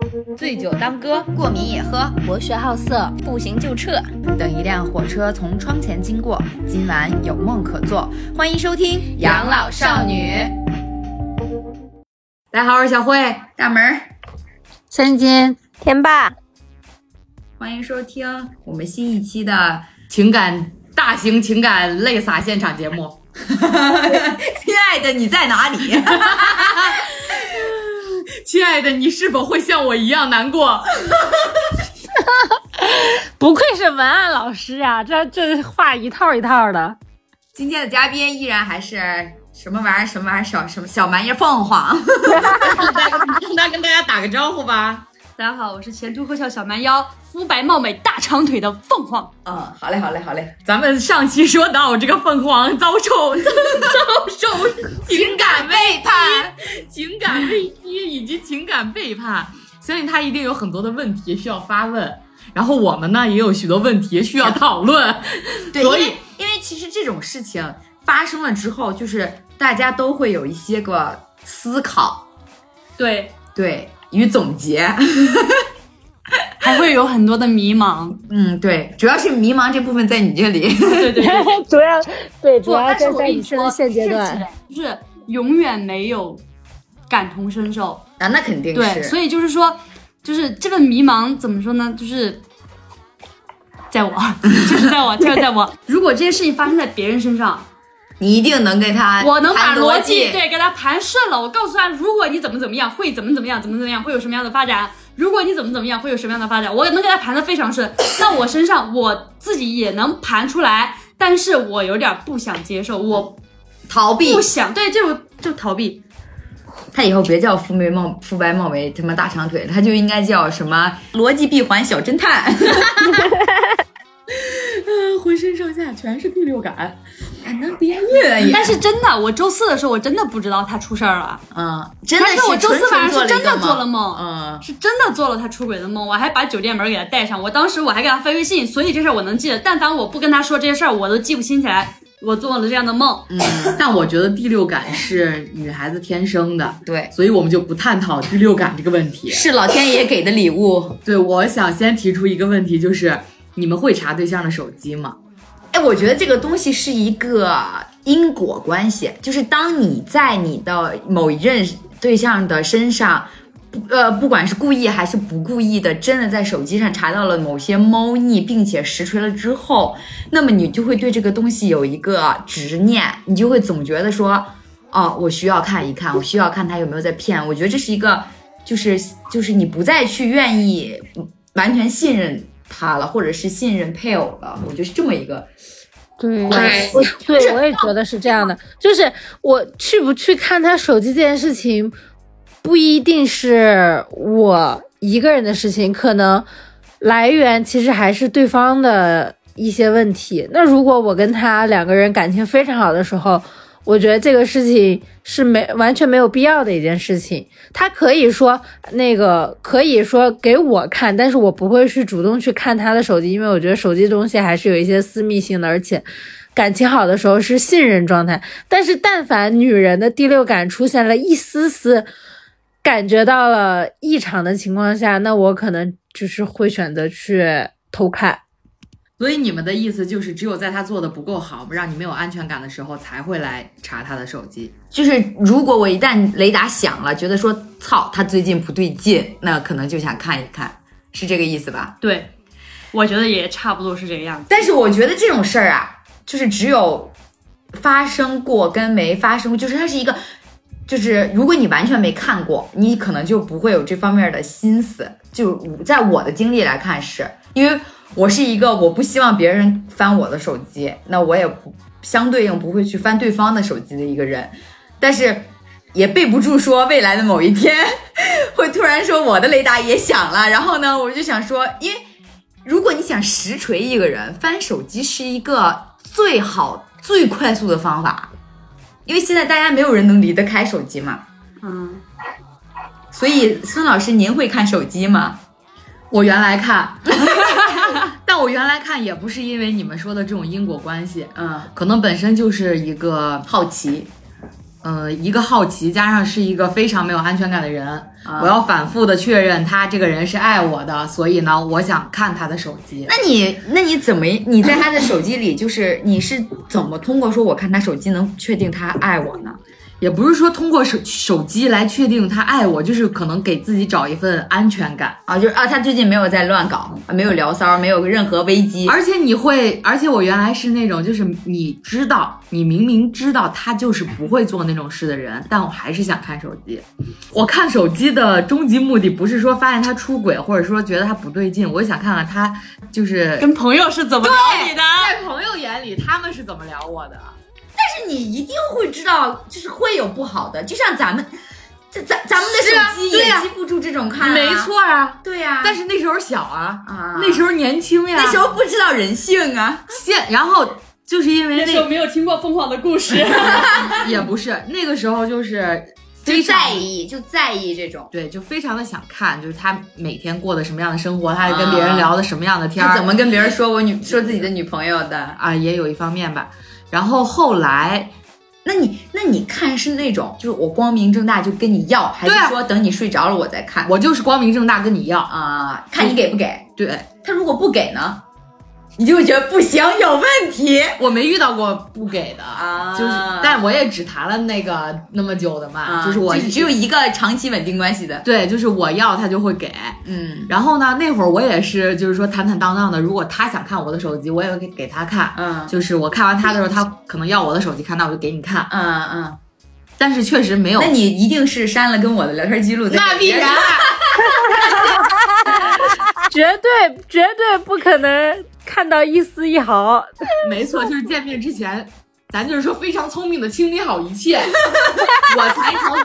醉酒当歌， 过敏也喝， 博学好色， 不行就撤。 等一辆火车从窗前经过，今晚有梦可做。欢迎收听《养老少女》。大家好，我是小慧， 大门， 三金， 天霸。 欢迎收听我们新一期的大型情感泪洒现场节目。 亲爱的，你在哪里？ 亲爱的，你是否会像我一样难过？ 不愧是文案老师啊，这话一套一套的。 今天的嘉宾依然还是什么玩意儿小玩意儿凤凰。 跟大家打个招呼吧。 大家好，我是前凸后翘小蛮腰、肤白貌美、大长腿的凤凰。 好嘞。 咱们上期说到这个凤凰遭受情感背叛、情感危机以及情感背叛，相信他一定有很多的问题需要发问，然后我们呢也有许多问题需要讨论。 对，所以因为其实这种事情发生了之后，就是大家都会有一些个思考， 对与总结。 还会有很多的迷茫。 对，主要是迷茫这部分在你这里。 对， 主要在你现阶段， 就是永远没有感同身受啊，那肯定是。 对，所以就是说，就是这个迷茫怎么说呢？就是在我。如果这件事情发生在别人身上， 你一定能跟他， 我能把逻辑对给他盘顺了。我告诉他，如果你怎么样，会怎么样，会有什么样的发展。如果你怎么样，会有什么样的发展，我能给他盘得非常顺。那我身上我自己也能盘出来，但是我有点不想接受，我逃避， 不想，对，就逃避。 他以后别叫肤白貌美什么大长腿，他就应该叫什么逻辑闭环小侦探。 浑身上下全是第六感， 能编阅。 但是真的，我周四的时候我真的不知道他出事儿了。 真的是。 但是我周四晚上是真的做了梦， 是真的做了他出轨的梦，我还把酒店门给他带上，我当时我还给他发微信，所以这事儿我能记得。但凡我不跟他说这些事儿，我都记不清起来我做了这样的梦。 但我觉得第六感是女孩子天生的， 对， 所以我们就不探讨第六感这个问题， 是老天爷给的礼物。 对，我想先提出一个问题，就是你们会查对象的手机吗？ 我觉得这个东西是一个因果关系，就是当你在你的某一任对象的身上，不管是故意还是不故意的，真的在手机上查到了某些猫腻，并且实锤了之后，那么你就会对这个东西有一个执念，你就会总觉得说，我需要看一看，我需要看他有没有在骗。我觉得这是一个，就是你不再去愿意完全信任他了，或者是信任配偶了，我觉得是这么一个。 对，我也觉得是这样的。就是我去不去看他手机这件事情，不一定是我一个人的事情，可能来源其实还是对方的一些问题。那如果我跟他两个人感情非常好的时候，我觉得这个事情是完全没有必要的一件事情。他可以说给我看，但是我不会去主动去看他的手机，因为我觉得手机东西还是有一些私密性的，而且感情好的时候是信任状态。但是但凡女人的第六感出现了一丝丝感觉到了异常的情况下，那我可能就是会选择去偷看。 所以你们的意思就是，只有在他做的不够好，让你没有安全感的时候，才会来查他的手机。 就是如果我一旦雷达响了，觉得说操，他最近不对劲，那可能就想看一看，是这个意思吧？ 对，我觉得也差不多是这个样子。 但是我觉得这种事儿啊，就是只有发生过跟没发生过，就是它是一个，就是如果你完全没看过，你可能就不会有这方面的心思。就在我的经历来看，是因为我是一个我不希望别人翻我的手机，那我也相对应不会去翻对方的手机的一个人，但是也备不住说未来的某一天会突然说我的雷达也响了，然后呢我就想说，因为如果你想实锤一个人，翻手机是一个最好最快速的方法，因为现在大家没有人能离得开手机嘛。所以孙老师您会看手机吗？ 我原来看但我原来看也不是因为你们说的这种因果关系，可能本身就是一个好奇。 一个好奇加上是一个非常没有安全感的人，我要反复的确认他这个人是爱我的，所以呢，我想看他的手机。 那你怎么你在他的手机里，就是你是怎么通过说我看他手机能确定他爱我呢？ 也不是说通过手机来确定他爱我，就是可能给自己找一份安全感啊，就是他最近没有在乱搞，没有聊骚，没有任何危机。 而且我原来是那种，就是你明明知道他就是不会做那种事的人，但我还是想看手机。我看手机的终极目的不是说发现他出轨，或者说觉得他不对劲，我想看看他就是跟朋友是怎么聊你的， 在朋友眼里他们是怎么聊我的。 但是你一定会知道，就是会有不好的，就像咱们的手机也记不住这种看、 没错啊， 对呀、 但是那时候小啊，那时候年轻呀， 那时候不知道人性啊。 然后就是因为那时候没有听过凤凰的故事， 也不是那个时候就是就在意这种， 对，就非常的想看，就是他每天过的什么样的生活，他跟别人聊的什么样的天， 他怎么跟别人说说自己的女朋友的啊，也有一方面吧。然后后来， 那你看是那种，就是我光明正大就跟你要，还是说等你睡着了我再看？ 我就是光明正大跟你要啊，看你给不给。 对， 他如果不给呢，你就会觉得不行，有问题。 我没遇到过不给的啊， 就是，但我也只谈了那么久的嘛，就是我只有一个长期稳定关系的。 对，就是我要他就会给。然后呢，那会儿我也是，就是说坦坦荡荡的，如果他想看我的手机，我也会给他看。就是我看完他的时候，他可能要我的手机看，那我就给你看。但是确实没有。 那你一定是删了跟我的聊天记录。 那必然。 绝对不可能看到一丝一毫。 没错，就是见面之前，咱就是说非常聪明的清理好一切，我才能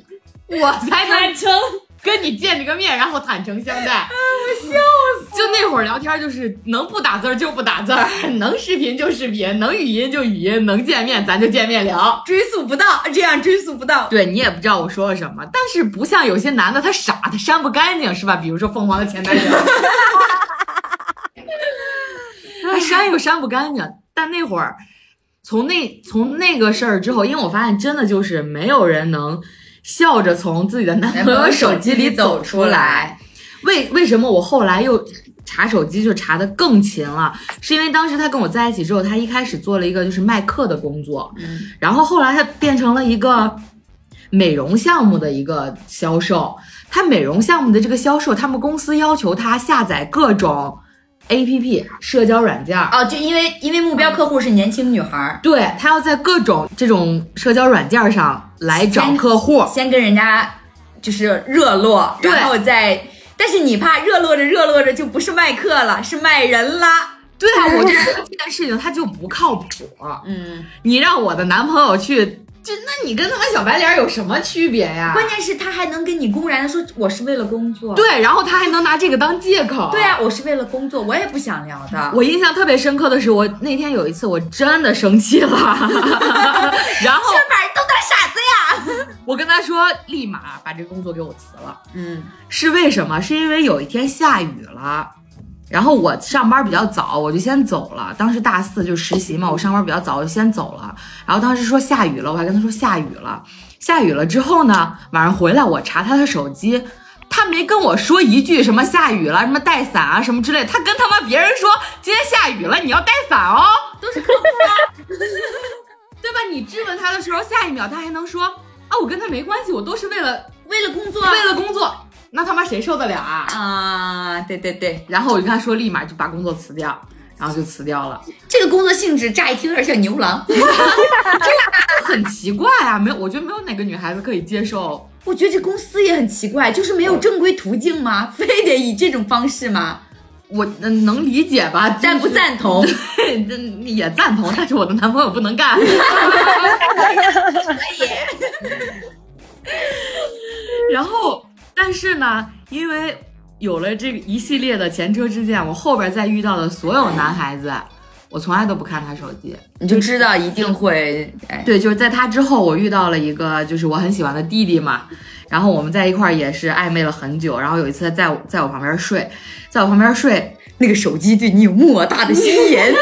跟你见这个面，然后坦诚相待。 我笑死！ 就那会儿聊天，就是能不打字就不打字，能视频就视频，能语音就语音，能见面咱就见面聊， 追溯不到，这样追溯不到。 对，你也不知道我说了什么，但是不像有些男的他傻，他删不干净，是吧？比如说凤凰的前男友，他删又删不干净。但那会儿从那个事儿之后，因为我发现真的就是没有人能笑着从自己的男朋友手机里走出来。为什么我后来又查手机就查得更勤了？是因为当时他跟我在一起之后，他一开始做了一个就是卖课的工作，然后后来他变成了一个美容项目的一个销售。他美容项目的这个销售，他们公司要求他下载各种 APP 社交软件就因为目标客户是年轻女孩， 对，他要在各种这种社交软件上来找客户， 先跟人家就是热络，然后再，但是你怕热络着就不是卖课了，是卖人啦。 对啊，我就觉得这件事情它就不靠谱。你让我的男朋友去。那你跟他们小白脸有什么区别呀？ 关键是他还能跟你公然的说我是为了工作， 对，然后他还能拿这个当借口。 对啊，我是为了工作，我也不想聊的。 我印象特别深刻的是，我那天有一次我真的生气了，然后是把人都当傻子呀！ 我跟他说立马把这个工作给我辞了。是为什么？是因为有一天下雨了。然后我上班比较早，我就先走了。当时大4就实习嘛，我上班比较早，我就先走了。然后当时说下雨了，我还跟他说下雨了。下雨了之后呢，晚上回来我查他的手机，他没跟我说一句什么下雨了，什么带伞啊什么之类的。他跟他妈别人说今天下雨了，你要带伞哦，都是客户啊，对吧？你质问他的时候，下一秒他还能说啊，我跟他没关系，我都是为了工作。那他妈谁受得了啊？ 对对对， 然后我就跟他说，立马就把工作辞掉，然后就辞掉了。 这个工作性质乍一听有点像牛郎， 这很奇怪啊！我觉得没有哪个女孩子可以接受。 我觉得这公司也很奇怪，就是没有正规途径吗？非得以这种方式吗？ 我能理解吧， 但不赞同。 对，也赞同，但是我的男朋友不能干。然后，但是呢，因为有了这个一系列的前车之鉴，我后边再遇到的所有男孩子，我从来都不看他手机， 你就知道一定会。 对，就是在他之后，我遇到了一个就是我很喜欢的弟弟嘛，然后我们在一块儿也是暧昧了很久，然后有一次在我旁边睡，那个手机对你有莫大的吸引，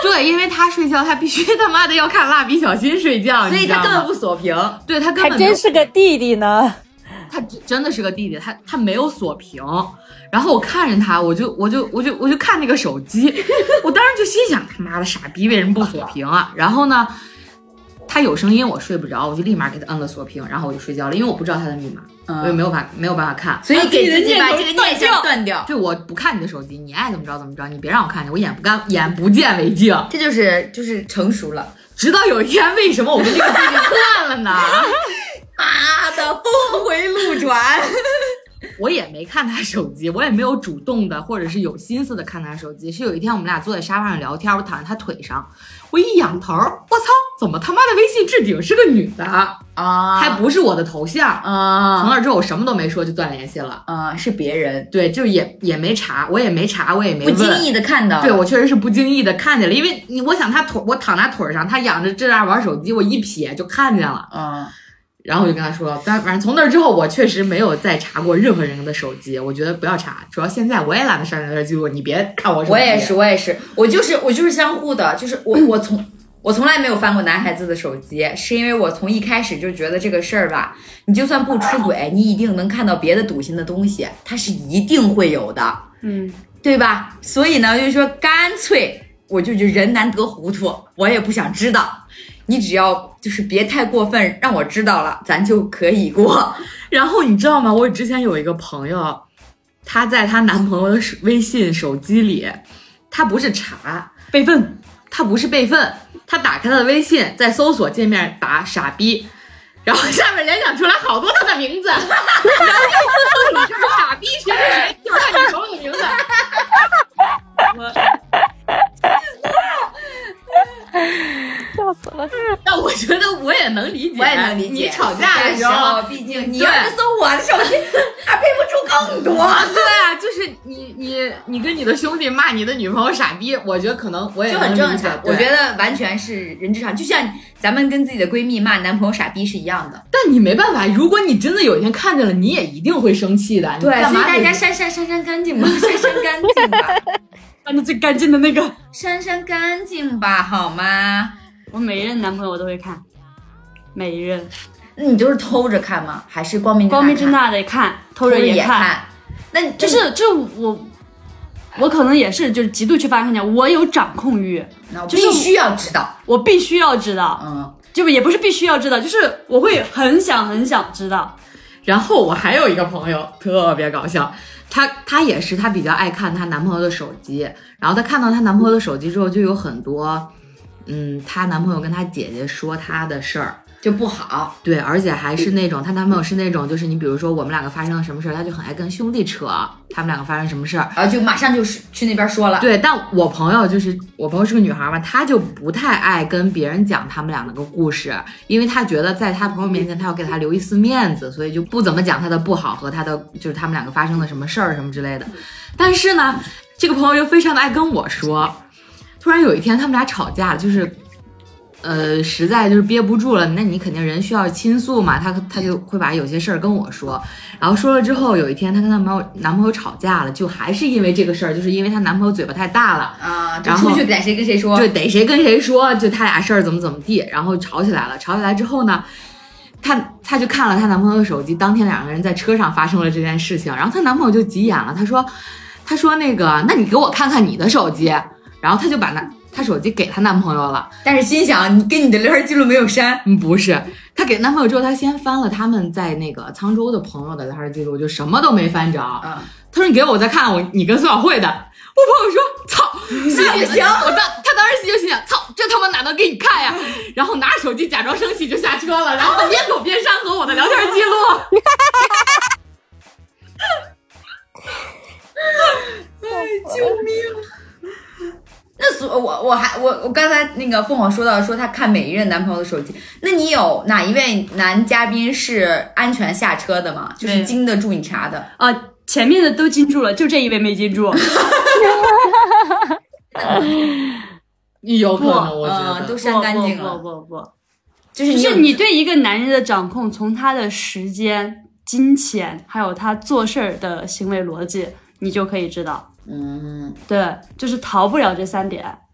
对，因为他睡觉，他必须他妈的要看蜡笔小新睡觉， 所以他根本不锁屏。 对他根本还真是个弟弟呢。 他真的是个弟弟，他没有锁屏。然后我看着他，我就看那个手机，我当时就心想，他妈的傻逼，为什么不锁屏啊？然后呢，他有声音我睡不着，我就立马给他摁了锁屏，然后我就睡觉了，因为我不知道他的密码，我也没有办法看， 所以给自己把这个念想断掉。 对，我不看你的手机，你爱怎么着怎么着，你别让我看见，我眼不见为净。 这就是成熟了。 直到有一天，为什么我跟这个弟弟断了呢？ 妈的，峰回路转。 我也没看他手机，我也没有主动的或者是有心思的看他手机。是有一天我们俩坐在沙发上聊天，我躺在他腿上，我一仰头，我操，怎么他妈的微信置顶是个女的啊？ 还不是我的头像啊？ 从那之后我什么都没说就断联系了啊？是别人？ 对，就也没查，我也没问， 不经意的看到。 对，我确实是不经意的看见了，因为我想我躺他腿上，他仰着这样玩手机，我一瞥就看见了。然后我就跟他说，反正从那之后，我确实没有再查过任何人的手机。我觉得不要查，主要现在我也懒得删聊天记录，你别看我手机。 我也是，我就是相互的，就是我从来没有翻过男孩子的手机，是因为我从一开始就觉得这个事儿吧，你就算不出轨，你一定能看到别的赌性的东西，它是一定会有的，对吧？所以呢，就是说干脆我就觉得人难得糊涂，我也不想知道。你只要就是别太过分，让我知道了，咱就可以过。 然后你知道吗？我之前有一个朋友，她在她男朋友的微信手机里，她不是查备份，她不是备份，她打开她的微信，在搜索界面打傻逼，然后下面联想出来好多他的名字，然后你就是傻逼谁谁谁，就是他女朋友的名字。 笑死了！ 但我觉得我也能理解， 我也能理解。 你吵架的时候， 毕竟你要是搜我的手机，还配不出更多。 对啊，就是你跟你的兄弟骂你的女朋友傻逼，我觉得可能我也就很正常。我觉得完全是人之常，就像咱们跟自己的闺蜜骂男朋友傻逼是一样的。 但你没办法，如果你真的有一天看见了，你也一定会生气的。 对，所以大家删干净吧，删干净吧。 把你最干净的那个删干净吧，好吗？ 我每一任男朋友我都会看，每一任。 那你就是偷着看吗？还是光明正大的看，偷着也看？ 那就是我可能也是就是极度缺乏看见，我有掌控欲， 必须要知道， 我必须要知道，就也不是必须要知道，就是我会很想知道。 然后我还有一个朋友特别搞笑。她也是，她比较爱看她男朋友的手机，然后她看到她男朋友的手机之后，就有很多，她男朋友跟她姐姐说她的事儿就不好， 对，而且还是那种她男朋友是那种，就是你比如说我们两个发生了什么事儿，他就很爱跟兄弟扯他们两个发生什么事儿， 然后就马上就是去那边说了。 对，但我朋友是个女孩嘛，她就不太爱跟别人讲他们俩那个故事，因为她觉得在她朋友面前，她要给她留一丝面子，所以就不怎么讲她的不好和她的就是他们两个发生了什么事儿什么之类的。但是呢，这个朋友又非常的爱跟我说，突然有一天他们俩吵架了，就是实在就是憋不住了，那你肯定人需要倾诉嘛，她就会把有些事儿跟我说，然后说了之后，有一天她跟她男朋友吵架了，就还是因为这个事儿，就是因为她男朋友嘴巴太大了啊，就出去逮谁跟谁说， 对，逮谁跟谁说，就他俩事儿怎么地，然后吵起来了。吵起来之后呢，她就看了她男朋友的手机，当天两个人在车上发生了这件事情，然后她男朋友就急眼了，他说那个，那你给我看看你的手机，然后她就把她手机给她男朋友了， 但是心想你跟你的聊天记录没有删， 不是，她给男朋友之后，她先翻了他们在那个沧州的朋友的聊天记录，就什么都没翻着。她说你给我再看你跟孙晓慧的，我朋友说操， 那就行。 她当时心就心想操，这他妈哪能给你看呀？然后拿着手机假装生气就下车了，然后边走边删和我的聊天记录。 哎，救命！那我刚才那个凤凰说到她看每一任男朋友的手机，那你有哪一位男嘉宾是安全下车的吗？就是经得住你查的啊？前面的都经住了，就这一位没经住。 有可能，我觉得都删干净了。 不， 就是你对一个男人的掌控，从他的时间、金钱，还有他做事儿的行为逻辑，你就可以知道。对，就是逃不了这3点。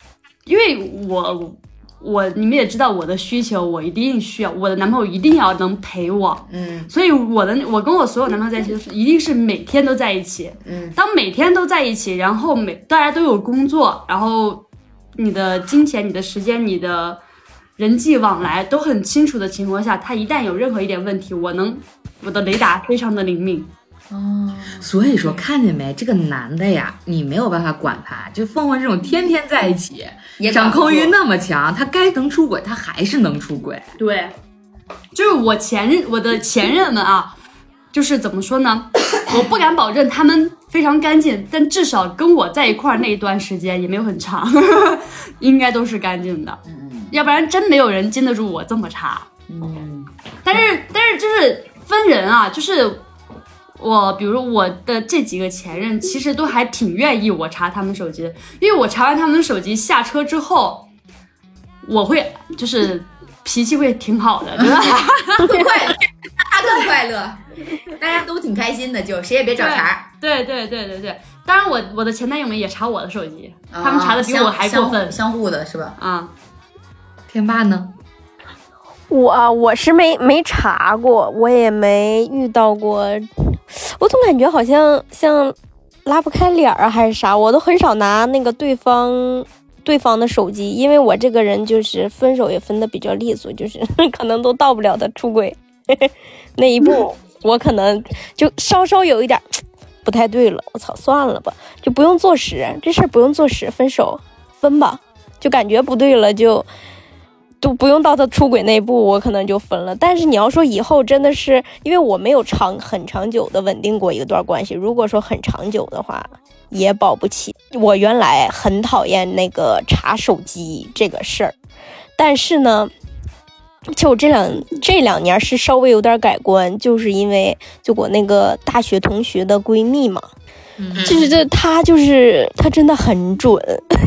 因为你们也知道我的需求，我一定需要我的男朋友一定要能陪我，所以我跟我所有男朋友在一起就是一定是每天都在一起，当每天都在一起，然后大家都有工作，然后你的金钱、你的时间、你的人际往来都很清楚的情况下，他一旦有任何一点问题，我的雷达非常的灵敏。 所以说看见没，这个男的呀，你没有办法管他，就凤凰这种天天在一起，掌控欲那么强，他该能出轨他还是能出轨。 对，就是我的前任们啊，就是怎么说呢，我不敢保证他们非常干净，但至少跟我在一块儿那一段时间也没有很长，应该都是干净的，要不然真没有人经得住我这么差。但是就是分人啊，就是比如我的这几个前任，其实都还挺愿意我查他们手机的，因为我查完他们手机下车之后，我会就是脾气会挺好的，对吧？ 他更快乐，大家都挺开心的，就谁也别找茬。 对，当然我的前男友们也查我的手机，他们查的比我还过分， 相互的是吧？ 啊， 天霸呢？ 我是没查过，我也没遇到过，我总感觉好像拉不开脸啊还是啥，我都很少拿那个对方的手机，因为我这个人就是分手也分得比较利索，就是可能都到不了的出轨那一步，我可能就稍稍有一点不太对了，我操，算了吧，就不用坐实这事儿，不用坐实，分手分吧，就感觉不对了就不用到他出轨那一步，我可能就分了。但是你要说以后真的是，因为我没有很长久的稳定过一段关系，如果说很长久的话也保不齐。我原来很讨厌那个查手机这个事儿，但是呢就这两年是稍微有点改观，就是因为就我那个大学同学的闺蜜嘛，就是她真的很准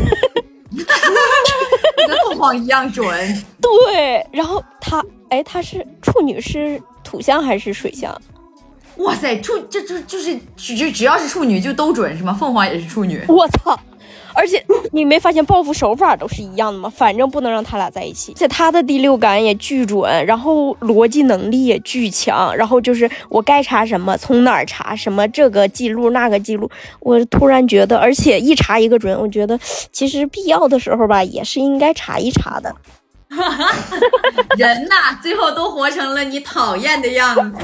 跟凤凰一样准。 对，然后她是处女，是土象还是水象？ 哇塞，就是只要是处女就都准是吗？凤凰也是处女。 我操！而且你没发现报复手法都是一样的吗？反正不能让他俩在一起。而且他的第六感也巨准，然后逻辑能力也巨强，然后就是我该查什么从哪儿查什么，这个记录那个记录，我突然觉得，而且一查一个准，我觉得其实必要的时候吧也是应该查一查的。 人呐，最后都活成了你讨厌的样子。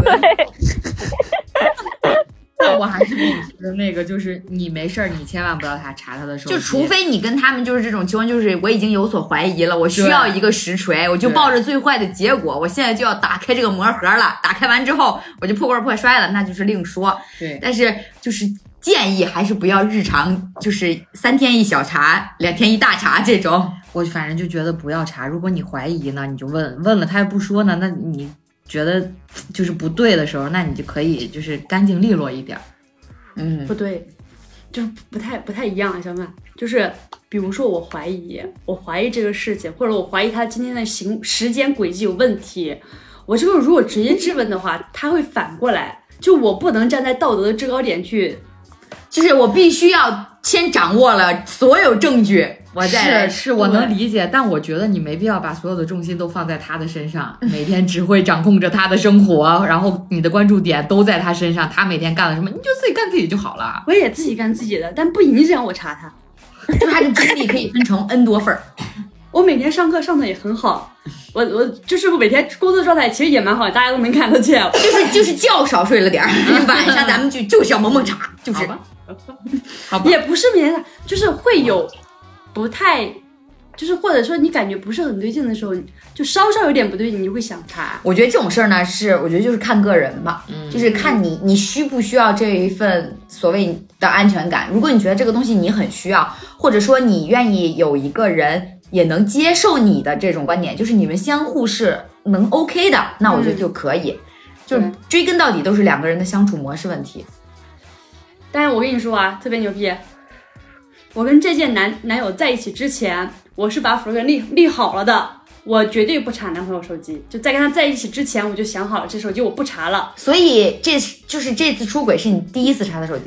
我还是秉持的那个，就是你没事儿，你千万不要查他的手机， 就除非你跟他们就是这种情况，就是我已经有所怀疑了，我需要一个实锤，我就抱着最坏的结果，我现在就要打开这个魔盒了。打开完之后，我就破罐破摔了，那就是另说。 对， 但是就是建议还是不要日常，就是3天一小查，2天一大查这种。 我反正就觉得不要查。如果你怀疑呢，你就问了，他也不说呢，那你觉得就是不对的时候，那你就可以就是干净利落一点。 不对，就不太一样啊，小曼。就是比如说我怀疑这个事情，或者我怀疑他今天的时间轨迹有问题，我这个如果直接质问的话，他会反过来，就我不能站在道德的制高点去， 就是我必须要先掌握了所有证据。 是我能理解，但我觉得你没必要把所有的重心都放在他的身上，每天只会掌控着他的生活，然后你的关注点都在他身上，他每天干了什么你就自己干自己就好了。 我也自己干自己的，但不影响我查他。 就他的精力可以分成 N 多份儿。 我每天上课上的也很好，我就是我每天工作状态其实也蛮好，大家都能看得见。 就是觉少睡了点儿，晚上咱们就是要猛查，就是好吧， 也不是每天，就是会有不太，就是或者说你感觉不是很对劲的时候，就稍稍有点不对劲，你就会想查。 我觉得这种事儿呢，我觉得就是看个人吧，就是看你需不需要这一份所谓的安全感。如果你觉得这个东西你很需要，或者说你愿意有一个人也能接受你的这种观点，就是你们相互是能 OK 的，那我觉得就可以。就是追根到底都是2个人的相处模式问题。 但是我跟你说啊，特别牛逼。我跟这届男友在一起之前，我是把 flag 立好了的，我绝对不查男朋友手机。就在跟他在一起之前，我就想好了，这手机我不查了。 所以这次出轨是你第一次查他手机？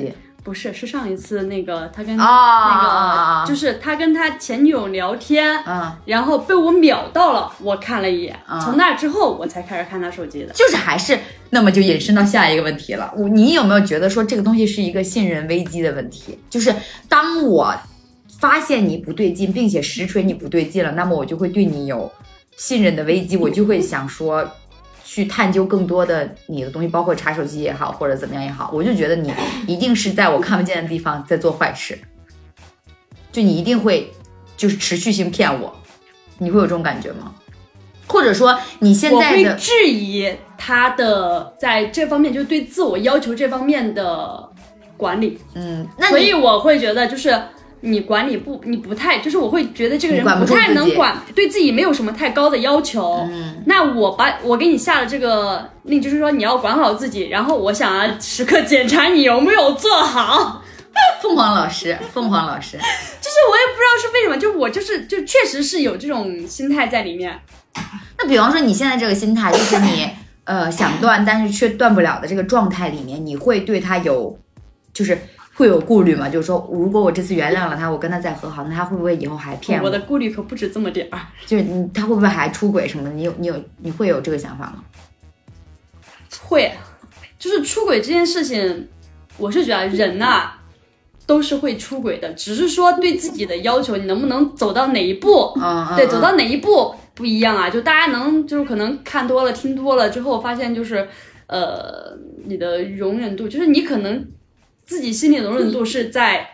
不是，是上一次那个他跟就是他跟他前女友聊天，然后被我秒到了，我看了一眼，从那之后我才开始看他手机的。 就是还是那么就引申到下一个问题了，你有没有觉得说这个东西是一个信任危机的问题？就是当我发现你不对劲，并且实锤你不对劲了，那么我就会对你有信任的危机，我就会想说去探究更多的你的东西，包括查手机也好，或者怎么样也好，我就觉得你一定是在我看不见的地方在做坏事，就你一定会就是持续性骗我，你会有这种感觉吗？或者说你现在的我会质疑他的在这方面，就是对自我要求这方面的管理， 那所以我会觉得就是你管理你不太，就是我会觉得这个人不太能管，对自己没有什么太高的要求。那我给你下了这个令，就是说你要管好自己，然后我想要时刻检查你有没有做好。 凤凰老师，就是我也不知道是为什么，就确实是有这种心态在里面。 那比方说你现在这个心态，就是你想断但是却断不了的这个状态里面，你会对他有就是会有顾虑吗？就是说，如果我这次原谅了他，我跟他再和好，那他会不会以后还骗我？ 我的顾虑可不止这么点儿。 就是他会不会还出轨什么的？你会有这个想法吗？ 会，就是出轨这件事情，我是觉得人啊都是会出轨的，只是说对自己的要求，你能不能走到哪一步？对，走到哪一步不一样啊。就大家就是可能看多了、听多了之后，发现就是你的容忍度，就是你可能自己心里的容忍度是在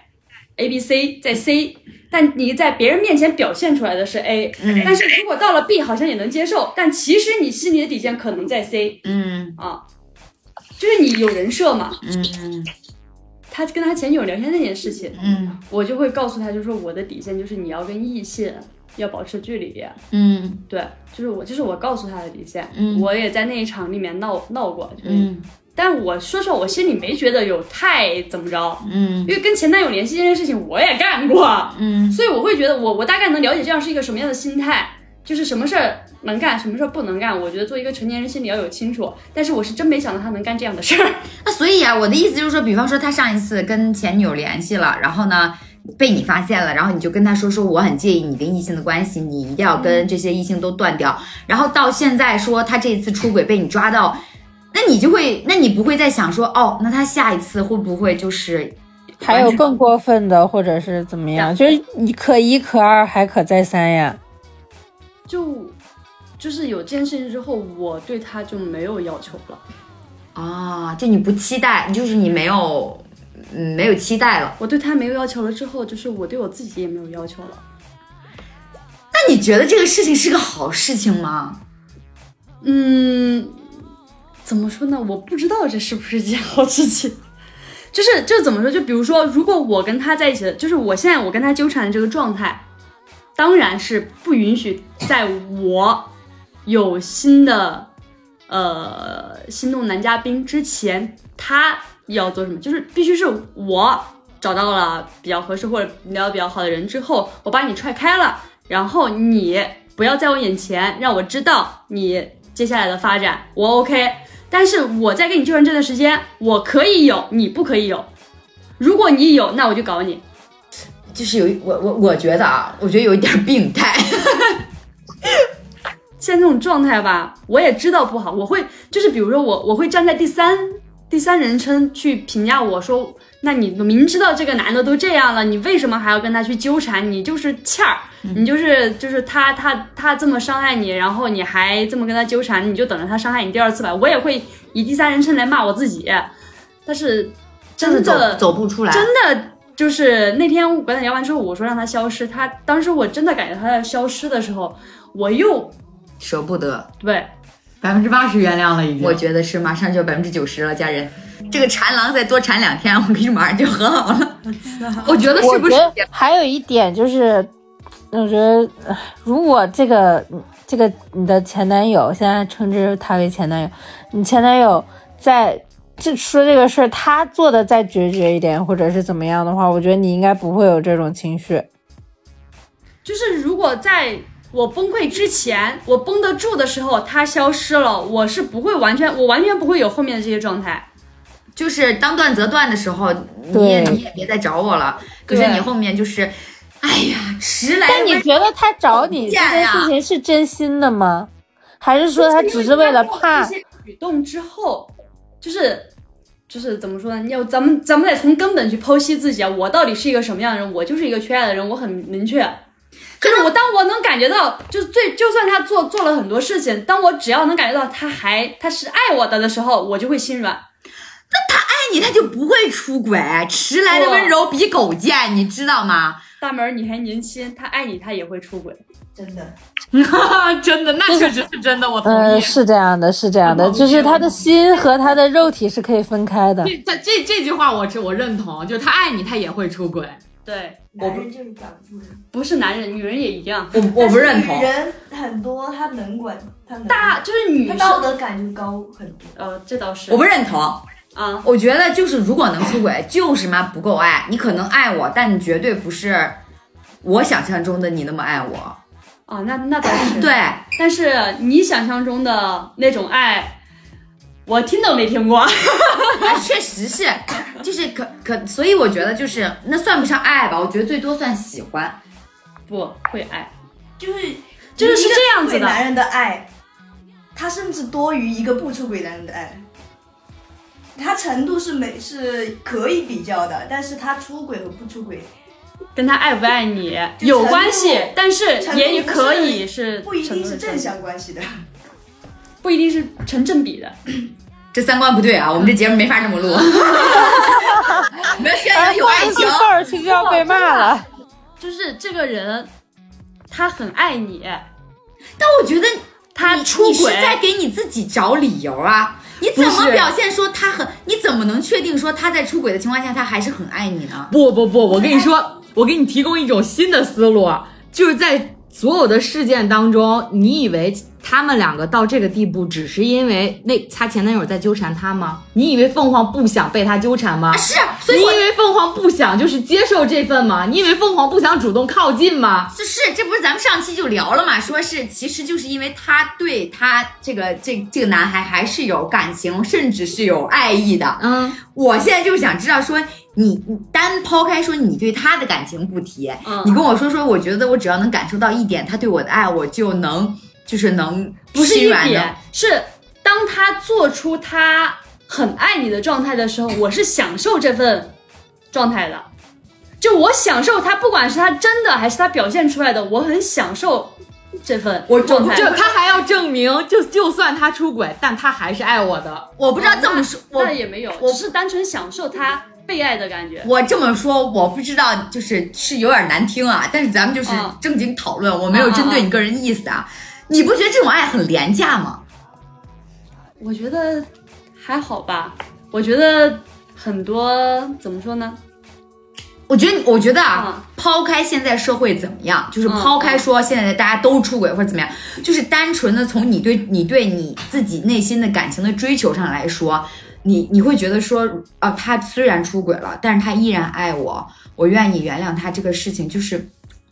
A、B、C， 在 C， 但你在别人面前表现出来的是 A，但是如果到了 B 好像也能接受，但其实你心里的底线可能在 C，就是你有人设嘛，他跟他前女友聊天那件事情，我就会告诉他，就是说我的底线就是你要跟异性要保持距离，对，就是我告诉他的底线，我也在那一场里面闹过，但我说实话，我心里没觉得有太怎么着，因为跟前男友联系这件事情我也干过，所以我会觉得我大概能了解这样是一个什么样的心态，就是什么事儿能干，什么事儿不能干。我觉得做一个成年人心里要有清楚，但是我是真没想到他能干这样的事儿。 那所以啊，我的意思就是说，比方说他上一次跟前女友联系了，然后呢被你发现了，然后你就跟他说我很介意你跟异性的关系，你一定要跟这些异性都断掉。然后到现在说他这一次出轨被你抓到，那你不会再想说那他下一次会不会就是还有更过分的，或者是怎么样？就是你可一可二还可再三呀。 就是有这件事情之后，我对他就没有要求了。 就你不期待，就是你没有期待了。 我对他没有要求了之后，就是我对我自己也没有要求了。 那你觉得这个事情是个好事情吗？ 怎么说呢？我不知道这是不是一件好事情。就怎么说？就比如说，如果我跟他在一起的，就是我现在我跟他纠缠的这个状态，当然是不允许在我有新的心动男嘉宾之前，他要做什么？就是必须是我找到了比较合适或者聊得比较好的人之后，我把你踹开了，然后你不要在我眼前，让我知道你接下来的发展，我 OK。但是我在跟你纠缠这段时间，我可以有，你不可以有。如果你有，那我就搞你。 就是我觉得我觉得有一点病态。 现在这种状态吧，我也知道不好，我会就是比如说我会站在第三人称去评价我说，那你明知道这个男的都这样了，你为什么还要跟他去纠缠？你就是欠儿，你就是他这么伤害你，然后你还这么跟他纠缠，你就等着他伤害你第二次吧。我也会以第三人称来骂我自己，但是真的走不出来， 真的就是那天我跟他聊完之后，我说让他消失，他当时我真的感觉他在消失的时候，我又舍不得， 对 ，80%原谅了已经。 我觉得是马上就90%了，家人。这个缠狼再多缠2天，我跟你马上就和好了。我觉得是不是？ 还有一点就是，我觉得如果这个你的前男友，现在称之他为前男友，你前男友在说这个事儿，他做的再决绝一点，或者是怎么样的话，我觉得你应该不会有这种情绪。 就是如果在我崩溃之前，我绷得住的时候，他消失了，我完全不会有后面的这些状态。 就是当断则断的时候，你也别再找我了。可是你后面就是，哎呀，迟来。 但你觉得他找你这件事情是真心的吗？还是说他只是为了怕？ 这些举动之后，就是怎么说呢？咱们得从根本去剖析自己啊！我到底是一个什么样的人？我就是一个缺爱的人，我很明确。就是当我能感觉到，就算他做了很多事情，当我只要能感觉到他是爱我的时候，我就会心软。 那他爱你，他就不会出轨。迟来的温柔比狗贱，你知道吗？ 大门你还年轻，他爱你，他也会出轨。 真的， 真的，那确实是真的，我同意。 是这样的，就是他的心和他的肉体是可以分开的。 这句话我认同，就是他爱你，他也会出轨。 对， 男人就是管不住人， 不是男人，女人也一样。 我不认同。 女人很多，她能管， 就是女她道德感就高很多。 这倒是。 我不认同啊， 我觉得就是如果能出轨，就是妈不够爱。你可能爱我，但你绝对不是我想象中的你那么爱我。 哦，那倒是。 对， 但是你想象中的那种爱，我听都没听过。 确实是，就是所以我觉得就是那算不上爱吧，我觉得最多算喜欢。 不会爱， 就是这样子的。 男人的爱，他甚至多于一个不出轨男人的爱。他程度是可以比较的，但是他出轨和不出轨跟他爱不爱你有关系，但是也可以是不一定是正相关系的， 不一定是成正比的。 这三观不对啊，我们这节目没法这么录。我们要宣扬有爱情， 一会儿去就要被骂了。 就是这个人，他很爱你， 但我觉得他出轨， 你是在给你自己找理由啊。你怎么表现说你怎么能确定说他在出轨的情况下他还是很爱你呢？ 不，我跟你说，我给你提供一种新的思路，就是在所有的事件当中，你以为他们两个到这个地步只是因为他前男友在纠缠他吗？你以为凤凰不想被他纠缠吗？ 是，所以你以为凤凰不想就是接受这份吗？你以为凤凰不想主动靠近吗？ 这不是咱们上期就聊了嘛，说是其实就是因为他对他这个男孩还是有感情，甚至是有爱意的。我现在就想知道说你单抛开说你对他的感情不提，你跟我说我觉得我只要能感受到一点他对我的爱，我就能不是一点， 是当他做出他很爱你的状态的时候，我是享受这份状态的，就我享受他，不管是他真的还是他表现出来的，我很享受这份状态。 就他还要证明，就算他出轨，但他还是爱我的。 我不知道这么说， 那也没有，我是单纯享受他被爱的感觉。 我这么说，我不知道，是有点难听啊，但是咱们就是正经讨论，我没有针对你个人意思啊。你不觉得这种爱很廉价吗？ 我觉得还好吧，我觉得很多怎么说呢？ 我觉得抛开现在社会怎么样，就是抛开说现在大家都出轨或者怎么样，就是单纯的从你对你自己内心的感情的追求上来说，你会觉得说他虽然出轨了，但是他依然爱我，我愿意原谅他这个事情，就是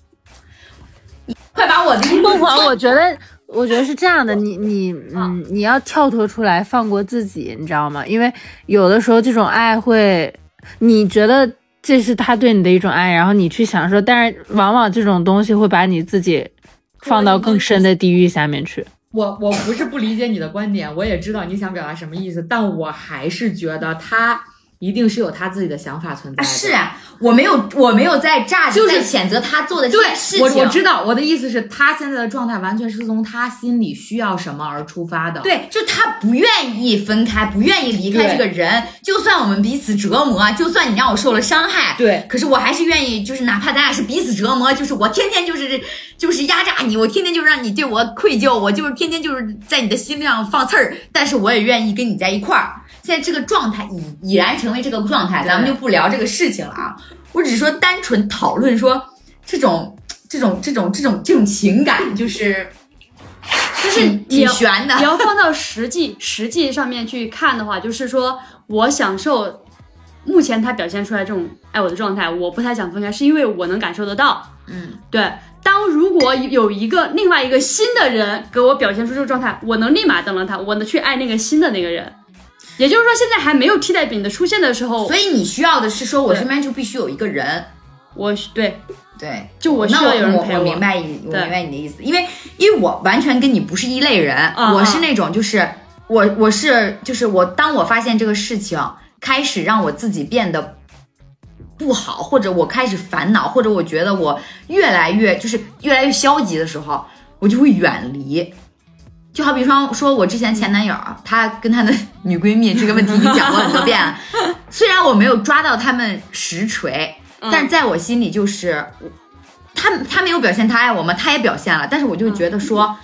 快把我的凤凰，我觉得是这样的，你要跳脱出来，放过自己，你知道吗？因为有的时候这种爱会，你觉得这是他对你的一种爱，然后你去享受，但是往往这种东西会把你自己放到更深的地狱下面去。 我不是不理解你的观点，我也知道你想表达什么意思，但我还是觉得他一定是有他自己的想法存在的。 是啊，我没有在在谴责他做的这件事情。 我知道，我的意思是，他现在的状态完全是从他心里需要什么而出发的。 对，就他不愿意分开，不愿意离开这个人，就算我们彼此折磨，就算你让我受了伤害， 对， 可是我还是愿意，就是哪怕咱俩是彼此折磨，就是我天天就是压榨你，我天天就让你对我愧疚，我就是天天就是在你的心上放刺儿，但是我也愿意跟你在一块儿。现在这个状态已然成为这个状态，咱们就不聊这个事情了啊。我只是说单纯讨论说这种情感就是挺悬的。 你要放到实际上面去看的话，就是说我享受目前他表现出来这种爱我的状态，我不太想分开，是因为我能感受得到。对。当如果有另外一个新的人给我表现出这个状态，我能立马等了他，我能去爱那个新的那个人。 也就是说，现在还没有替代品的出现的时候， 所以你需要的是说，我身边就必须有一个人。 对， 就我需要有人陪我明白你的意思，因为我完全跟你不是一类人，我是那种就是当我发现这个事情开始让我自己变得不好，或者我开始烦恼，或者我觉得我越来越消极的时候，我就会远离。就好比说我之前前男友，他跟他的女闺蜜这个问题已经讲过很多遍了，虽然我没有抓到他们实锤，但是在我心里就是他没有表现他爱我吗？他也表现了，但是我就觉得说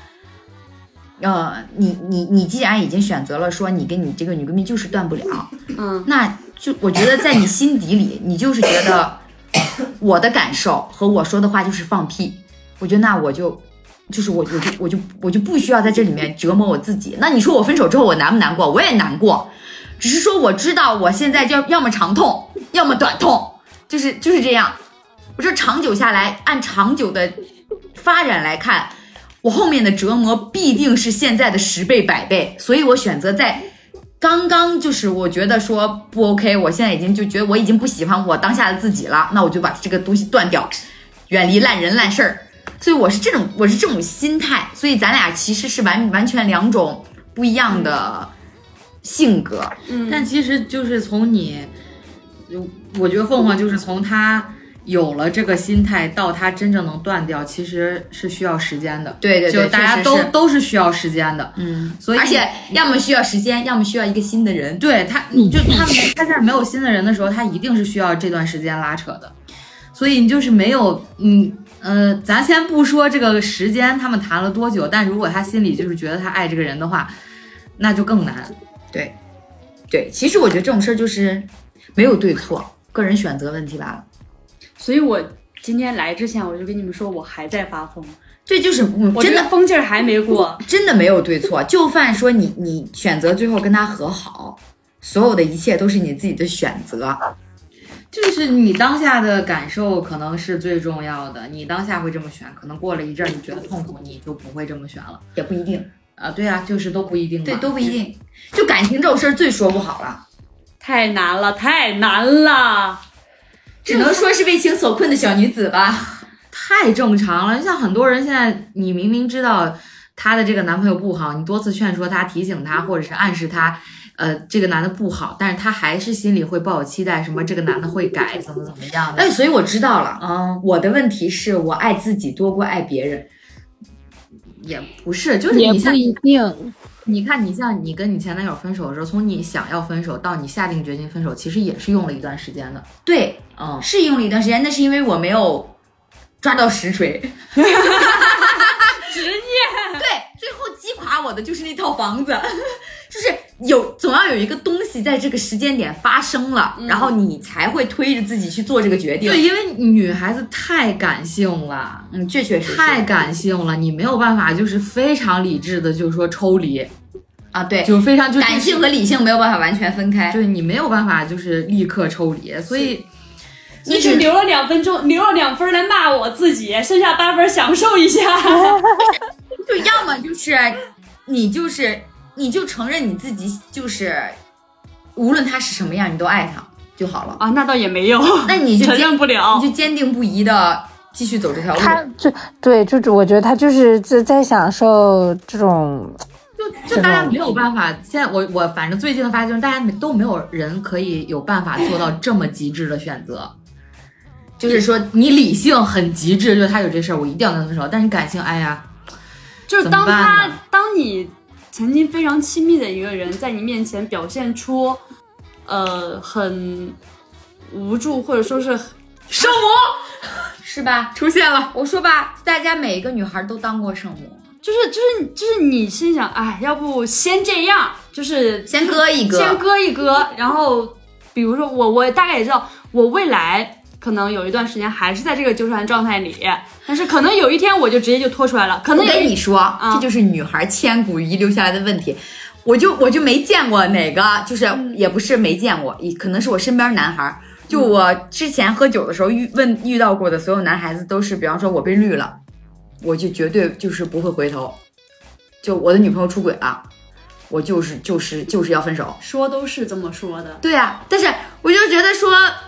你既然已经选择了说你跟你这个女闺蜜就是断不了，那就我觉得在你心底里你就是觉得我的感受和我说的话就是放屁，我觉得那我就不需要在这里面折磨我自己。那你说我分手之后我难不难过？我也难过，只是说我知道我现在就要么长痛要么短痛，就是这样。我说长久下来，按长久的发展来看，我后面的折磨必定是现在的10倍100倍，所以我选择在刚刚就是我觉得说不 OK， 我现在已经就觉得我已经不喜欢我当下的自己了，那我就把这个东西断掉，远离烂人烂事儿。所以我是这种心态，所以咱俩其实是完全两种不一样的性格。 但其实就是从我觉得凤凰就是从他有了这个心态到他真正能断掉，其实是需要时间的。 对， 就大家都是需要时间的。所以而且要么需要时间，要么需要一个新的人。 对他在这儿没有新的人的时候，他一定是需要这段时间拉扯的。所以你就是没有咱先不说这个时间他们谈了多久，但如果他心里就是觉得他爱这个人的话，那就更难。 对，其实我觉得这种事儿就是没有对错，个人选择问题罢了。 所以我今天来之前我就跟你们说，我还在发疯。 这就是真的疯劲儿还没过， 真的没有对错。就算说你选择最后跟他和好，所有的一切都是你自己的选择。 就是你当下的感受可能是最重要的，你当下会这么选，可能过了一阵你觉得痛苦，你就不会这么选了， 也不一定啊。对啊，就是都不一定嘛。 对，都不一定。就感情这种事儿最说不好了， 太难了， 只能说是为情所困的小女子吧。 太正常了，像很多人现在，你明明知道她的这个男朋友不好，你多次劝说她、提醒她，或者是暗示她。这个男的不好，但是他还是心里会抱有期待，什么这个男的会改，怎么样的。 哎，所以我知道了，我的问题是我爱自己多过爱别人， 也不是，就是也不一定。 你看，你像你跟你前男友分手的时候，从你想要分手到你下定决心分手，其实也是用了一段时间的。 对，是用了一段时间，那是因为我没有抓到实锤。 执念。 对，最后击垮我的就是那套房子。就是总要有一个东西在这个时间点发生了，然后你才会推着自己去做这个决定。 对，因为女孩子太感性了， 确实太感性了，你没有办法就是非常理智的就是说抽离啊，对， 就非常就感性和理性没有办法完全分开， 对，你没有办法就是立刻抽离，所以你只留了2分钟，留了2分来骂我自己，剩下8分享受一下。 就要么就是你就承认你自己就是无论他是什么样你都爱他就好了啊。那倒也没有， 那你就承认不了， 你就坚定不移的继续走这条路。 他就我觉得他就是在享受这种， 就大家没有办法。现在我反正最近的发现就是大家都没有人可以有办法做到这么极致的选择。就是说你理性很极致，就是他有这事儿我一定要跟他分手，但是你感性，哎呀， 就是当你曾经非常亲密的一个人在你面前表现出很无助或者说是圣母是吧？ 出现了。 我说吧，大家每一个女孩都当过圣母， 就是你心想，哎，要不先这样，就是先割一割， 然后比如说我大概也知道我未来可能有一段时间还是在这个纠缠状态里，但是可能有一天我就直接就脱出来了。可能我跟你说，这就是女孩千古遗留下来的问题。我就没见过哪个，就是也不是没见过，可能是我身边男孩。就我之前喝酒的时候遇到过的所有男孩子都是，比方说我被绿了，我就绝对就是不会回头。就我的女朋友出轨了， 我就是要分手。 说都是这么说的。 对啊，但是我就觉得说，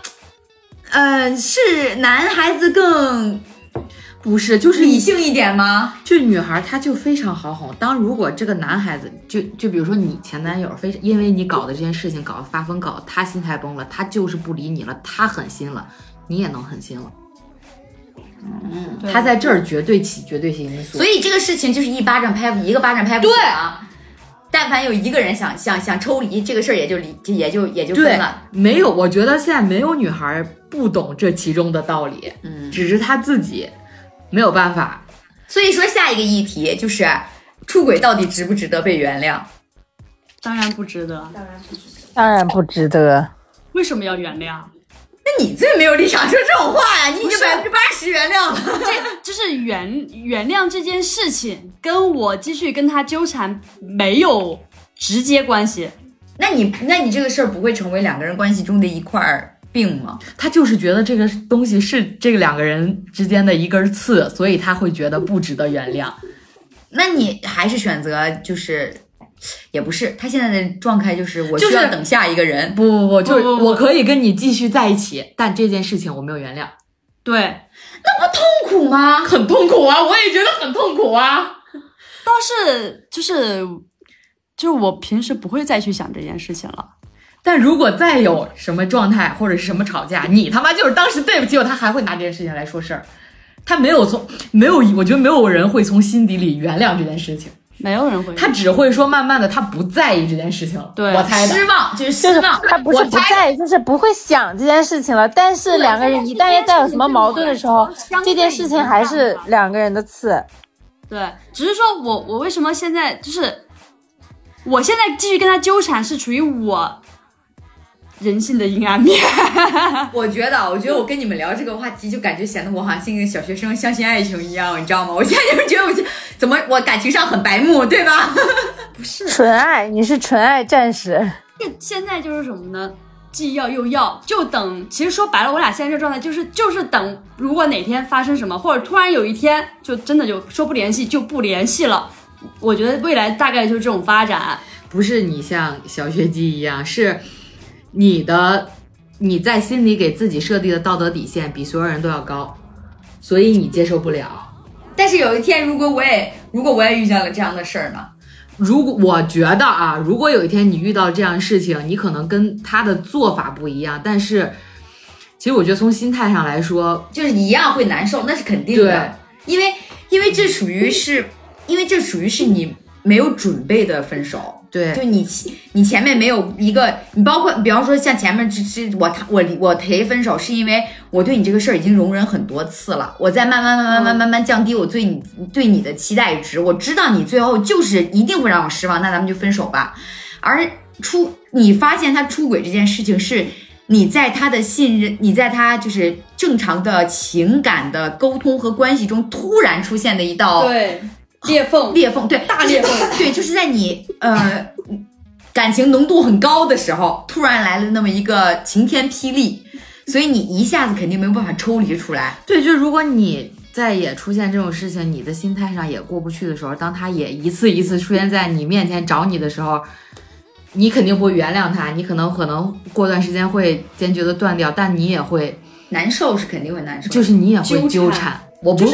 是男孩子更不是，就是理性一点吗？ 就女孩她就非常好哄。如果这个男孩子就比如说你前男友因为你搞的这件事情搞得发疯，搞得他心态崩了，他就是不理你了，他狠心了，你也能狠心了。他在这儿绝对性因素。 所以这个事情就是一个巴掌拍不响啊。但凡有一个人想抽离这个事儿，也就分了。 没有，我觉得现在没有女孩不懂这其中的道理，只是她自己没有办法。 所以说下一个议题就是出轨到底值不值得被原谅？ 当然不值得， 当然不值得。 为什么要原谅？ 那你最没有立场说这种话呀！你已经80%原谅了， 就是原谅这件事情跟我继续跟他纠缠没有直接关系。 那你这个事儿不会成为两个人关系中的一块病吗？ 他就是觉得这个东西是这个两个人之间的一根刺，所以他会觉得不值得原谅。 那你还是选择也不是，他现在的状态就是我需要等下一个人。 不，就是我可以跟你继续在一起，但这件事情我没有原谅。 对， 那不痛苦吗？ 很痛苦啊，我也觉得很痛苦啊。 倒是就是我平时不会再去想这件事情了。 但如果再有什么状态或者是什么吵架，你他妈就是当时对不起我，他还会拿这件事情来说事儿。他没有，我觉得没有人会从心底里原谅这件事情。 没有人会， 他只会说慢慢的他不在意这件事情了。对，我猜的失望就是失望， 他不是不在意，就是不会想这件事情了。但是两个人一旦再有什么矛盾的时候，这件事情还是两个人的刺。 对，只是说我为什么现在我现在继续跟他纠缠，是处于我人性的阴暗面。 我觉得我跟你们聊这个话题，就感觉显得我好像像一个小学生相信爱情一样，你知道吗？我现在就觉得怎么我感情上很白目，对吧？ 不是纯爱，你是纯爱战士。 现在就是什么呢？既要又要，就等。其实说白了，我俩现在这状态就是等，如果哪天发生什么，或者突然有一天就真的就说不联系就不联系了。我觉得未来大概就是这种发展。 不是你像小学鸡一样，是你在心里给自己设定的道德底线比所有人都要高，所以你接受不了。 但是有一天，如果我也遇见了这样的事儿呢？ 我觉得啊，如果有一天你遇到这样的事情，你可能跟他的做法不一样，但是其实我觉得从心态上来说， 就是一样会难受，那是肯定的。因为这属于是你没有准备的分手。 对， 就你前面没有一个，你包括比方说像前面我提分手，是因为我对你这个事儿已经容忍很多次了，我在慢慢降低我对你的期待值，我知道你最后就是一定会让我失望，那咱们就分手吧。而你发现他出轨这件事情，是你在他的信任，你在他就是正常的情感的沟通和关系中突然出现的一道裂缝，对，大裂缝，对，就是在你感情浓度很高的时候，突然来了那么一个晴天霹雳，所以你一下子肯定没有办法抽离出来。 对，就如果你再也出现这种事情，你的心态上也过不去的时候，当他也一次一次出现在你面前找你的时候，你肯定不会原谅他，你可能过段时间会坚决的断掉，但你也会难受，是肯定会难受， 就是你也会纠缠。我不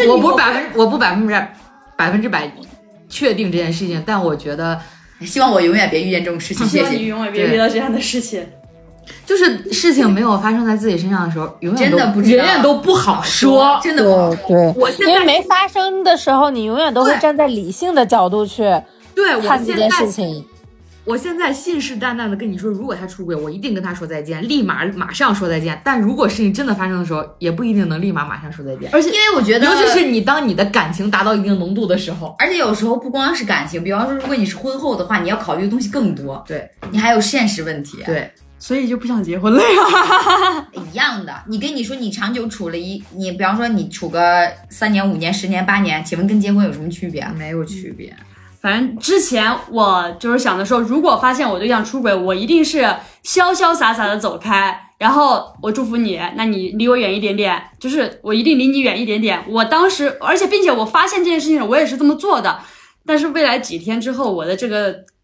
100%确定这件事情，但我觉得希望我永远别遇见这种事情。 希望你永远别遇到这样的事情。 就是事情没有发生在自己身上的时候，永远都不好说， 真的不好说。 对，因为没发生的时候，你永远都会站在理性的角度去看这件事情。 我现在信誓旦旦的跟你说，如果他出轨，我一定跟他说再见，马上说再见。但如果事情真的发生的时候，也不一定能马上说再见。 而且因为我觉得， 尤其是当你的感情达到一定浓度的时候， 而且有时候不光是感情，比方说如果你是婚后的话，你要考虑的东西更多。 对， 你还有现实问题。 对， 所以就不想结婚了呀。 一样的，你说你长久处了你比方说你处个3年、5年、10年、8年，请问跟结婚有什么区别？ 没有区别。 反正之前我就是想着说，如果发现我对象出轨，我一定是潇潇洒洒的走开，然后我祝福你，那你离我远一点点，就是我一定离你远一点点。我当时，而且并且我发现这件事情，我也是这么做的。但是未来几天之后，我的这个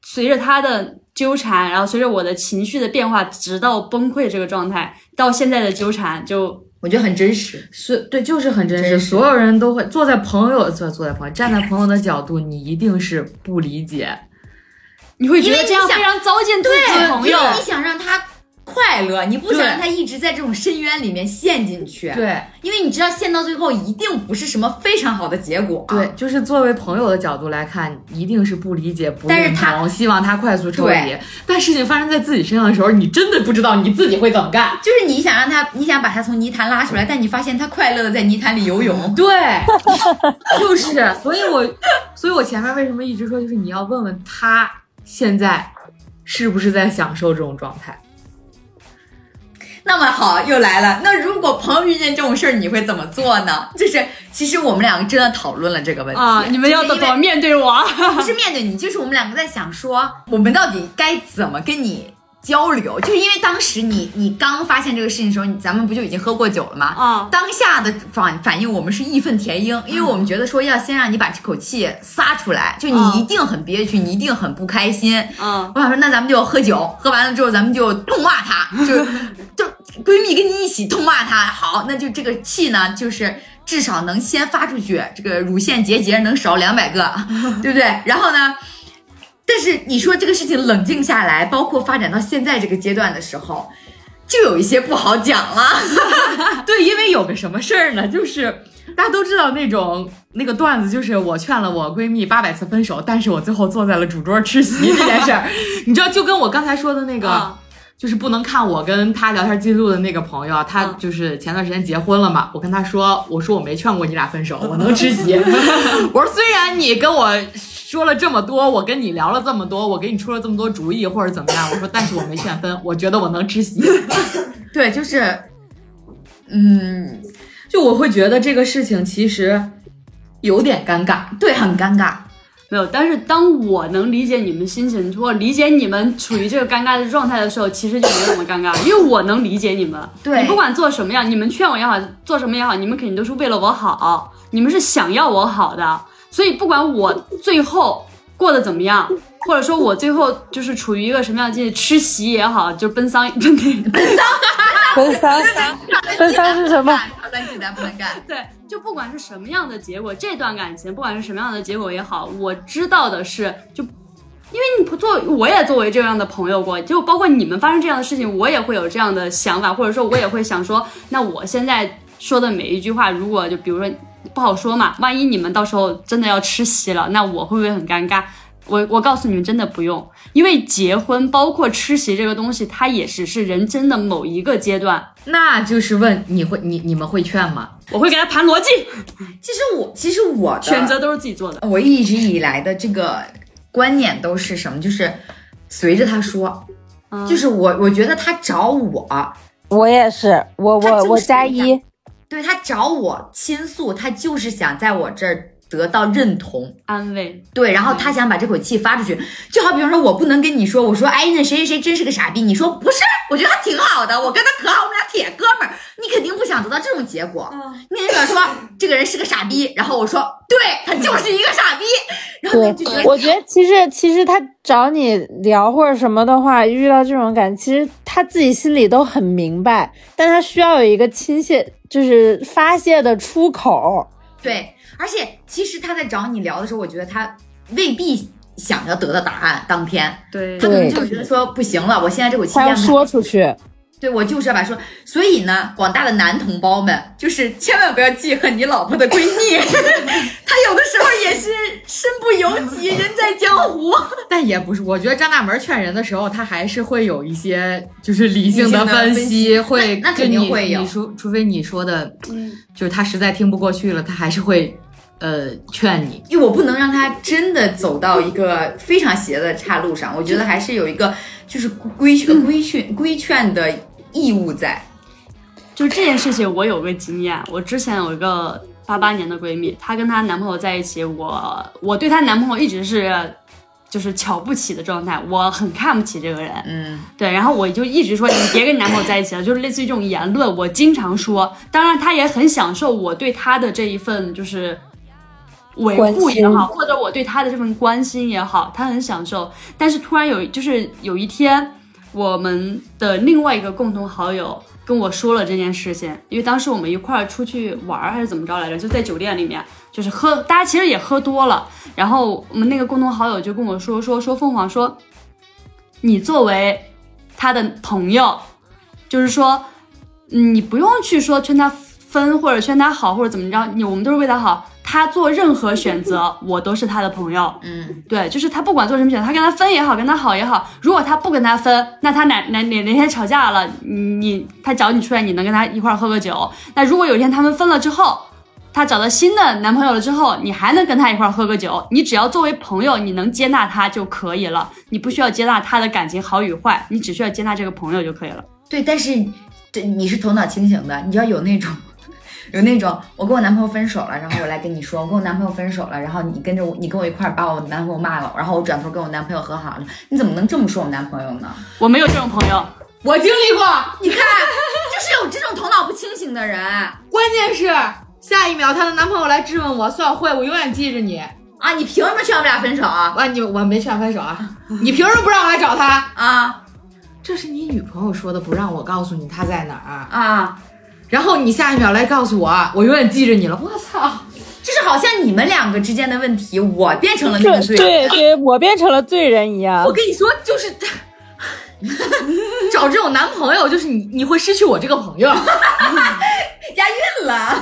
随着他的纠缠，然后随着我的情绪的变化，直到崩溃这个状态，到现在的纠缠就。 我觉得很真实， 对，就是很真实。所有人都会站在朋友的角度，你一定是不理解， 你会觉得这样非常糟践自己的朋友。 你想让他快乐，你不想让他一直在这种深渊里面陷进去。 对， 因为你知道陷到最后一定不是什么非常好的结果。 对，就是作为朋友的角度来看，一定是不理解、不认同，希望他快速抽离。但事情发生在自己身上的时候，你真的不知道你自己会怎么干。 就是你想把他从泥潭拉出来，但你发现他快乐的在泥潭里游泳。 对，就是，所以我前面为什么一直说，就是你要问问他现在是不是在享受这种状态。 那么好，又来了。那如果朋友遇见这种事儿，你会怎么做呢？就是其实我们两个真的讨论了这个问题啊，你们要怎么面对我？ 不是面对你，就是我们两个在想说，我们到底该怎么跟你交流？就是因为当时你刚发现这个事情的时候，咱们不就已经喝过酒了吗？ 啊， 当下的反应我们是义愤填膺，因为我们觉得说要先让你把这口气撒出来，就你一定很憋屈，你一定很不开心。我想说，那咱们就喝酒，喝完了之后咱们就痛骂他，就闺蜜跟你一起痛骂他。好，那就这个气呢，就是至少能先发出去，这个乳腺结节能少200个，对不对？然后呢？但是你说这个事情冷静下来，包括发展到现在这个阶段的时候，就有一些不好讲了。 对，因为有个什么事儿呢，就是大家都知道那个段子，就是我劝了我闺蜜800次分手，但是我最后坐在了主桌吃席这件事儿。你知道，就跟我刚才说的那个。就是不能看我跟他聊天记录的那个朋友，他就是前段时间结婚了嘛，我跟他说，我说我没劝过你俩分手，我能吃席。我说虽然你跟我说了这么多，我跟你聊了这么多，我给你出了这么多主意或者怎么样，我说但是我没劝分，我觉得我能吃席。 对，就是就我会觉得这个事情其实有点尴尬， 对，很尴尬。 没有，但是当我能理解你们心情，或理解你们处于这个尴尬的状态的时候，其实就没有那么尴尬，因为我能理解你们。 对， 你不管做什么样，你们劝我也好，做什么也好，你们肯定都是为了我好，你们是想要我好的。所以不管我最后过得怎么样，或者说我最后就是处于一个什么样的境地，吃席也好，就奔丧是什么？ 咱不能干。 对，就不管是什么样的结果，这段感情不管是什么样的结果也好，我知道的是，就因为我也作为这样的朋友过，就包括你们发生这样的事情，我也会有这样的想法，或者说我也会想说，那我现在说的每一句话，如果就比如说不好说嘛，万一你们到时候真的要吃席了，那我会不会很尴尬？我告诉你们，真的不用，因为结婚包括吃席这个东西，它也只是人生的某一个阶段。 那就是问你们会劝吗？ 我会给他盘逻辑。 其实我的选择都是自己做的。 我一直以来的这个观念都是什么？就是随着他说，就是我觉得他找我也是，我加一。 对，他找我倾诉，他就是想在我这儿得到认同安慰。 对，然后他想把这口气发出去，就好比方说我不能跟你说，我说哎那谁谁谁真是个傻逼，你说不是，我觉得他挺好的，我跟他可好，我们俩铁哥们儿，你肯定不想得到这种结果。你肯定想说这个人是个傻逼，然后我说对，他就是一个傻逼，然后就觉得我觉得其实他找你聊或者什么的话，遇到这种感觉，其实他自己心里都很明白，但他需要有一个倾泻，就是发泄的出口。 对，而且其实他在找你聊的时候，我觉得他未必想要得到答案当天， 对， 他可能就觉得说不行了，我现在这口气他要说出去。 对，我就是要把说，所以呢，广大的男同胞们，就是千万不要记恨你老婆的闺蜜，她有的时候也是身不由己，人在江湖。 但也不是，我觉得张大门劝人的时候，他还是会有一些就是理性的分析，会那肯定会有， 除非你说的，就是他实在听不过去了，他还是会劝你。 因为我不能让他真的走到一个非常邪的岔路上，我觉得还是有一个就是规劝的义务在。 就这件事情我有个经验，我之前有一个88年的闺蜜，她跟她男朋友在一起，我对她男朋友一直是就是瞧不起的状态，我很看不起这个人，对，然后我就一直说你别跟你男朋友在一起了，就是类似于这种言论，我经常说。当然她也很享受我对她的这一份就是维护也好，或者我对他的这份关心也好，他很享受。但是突然有一天，我们的另外一个共同好友跟我说了这件事情，因为当时我们一块儿出去玩还是怎么着来着，就在酒店里面，就是大家其实也喝多了，然后我们那个共同好友就跟我说凤凰说，你作为他的朋友，就是说，你不用去说劝他分或者劝他好或者怎么着，我们都是为他好。他做任何选择，我都是他的朋友。对，就是他不管做什么选择，他跟他分也好，跟他好也好。如果他不跟他分，那他哪天吵架了，他找你出来，你能跟他一块喝个酒。那如果有一天他们分了之后，他找到新的男朋友了之后，你还能跟他一块喝个酒。你只要作为朋友，你能接纳他就可以了。你不需要接纳他的感情好与坏，你只需要接纳这个朋友就可以了。 对，但是你是头脑清醒的，你要有那种，我跟我男朋友分手了，然后我来跟你说，我跟我男朋友分手了，然后你跟我一块儿把我男朋友骂了，然后我转头跟我男朋友和好了，你怎么能这么说我男朋友呢？ 我没有这种朋友， 我经历过。 你看，就是有这种头脑不清醒的人。 关键是下一秒她的男朋友来质问我，算会，我永远记着你啊！你凭什么劝我们俩分手啊？ 我没劝分手啊，你凭什么不让我来找他啊？ 这是你女朋友说的，不让我告诉你她在哪儿啊。 然后你下一秒来告诉我，我永远记着你了。我操！ 就是好像你们两个之间的问题，我变成了那个罪人， 对，我变成了罪人一样。 我跟你说，就是找这种男朋友，就是你会失去我这个朋友。 押韵了，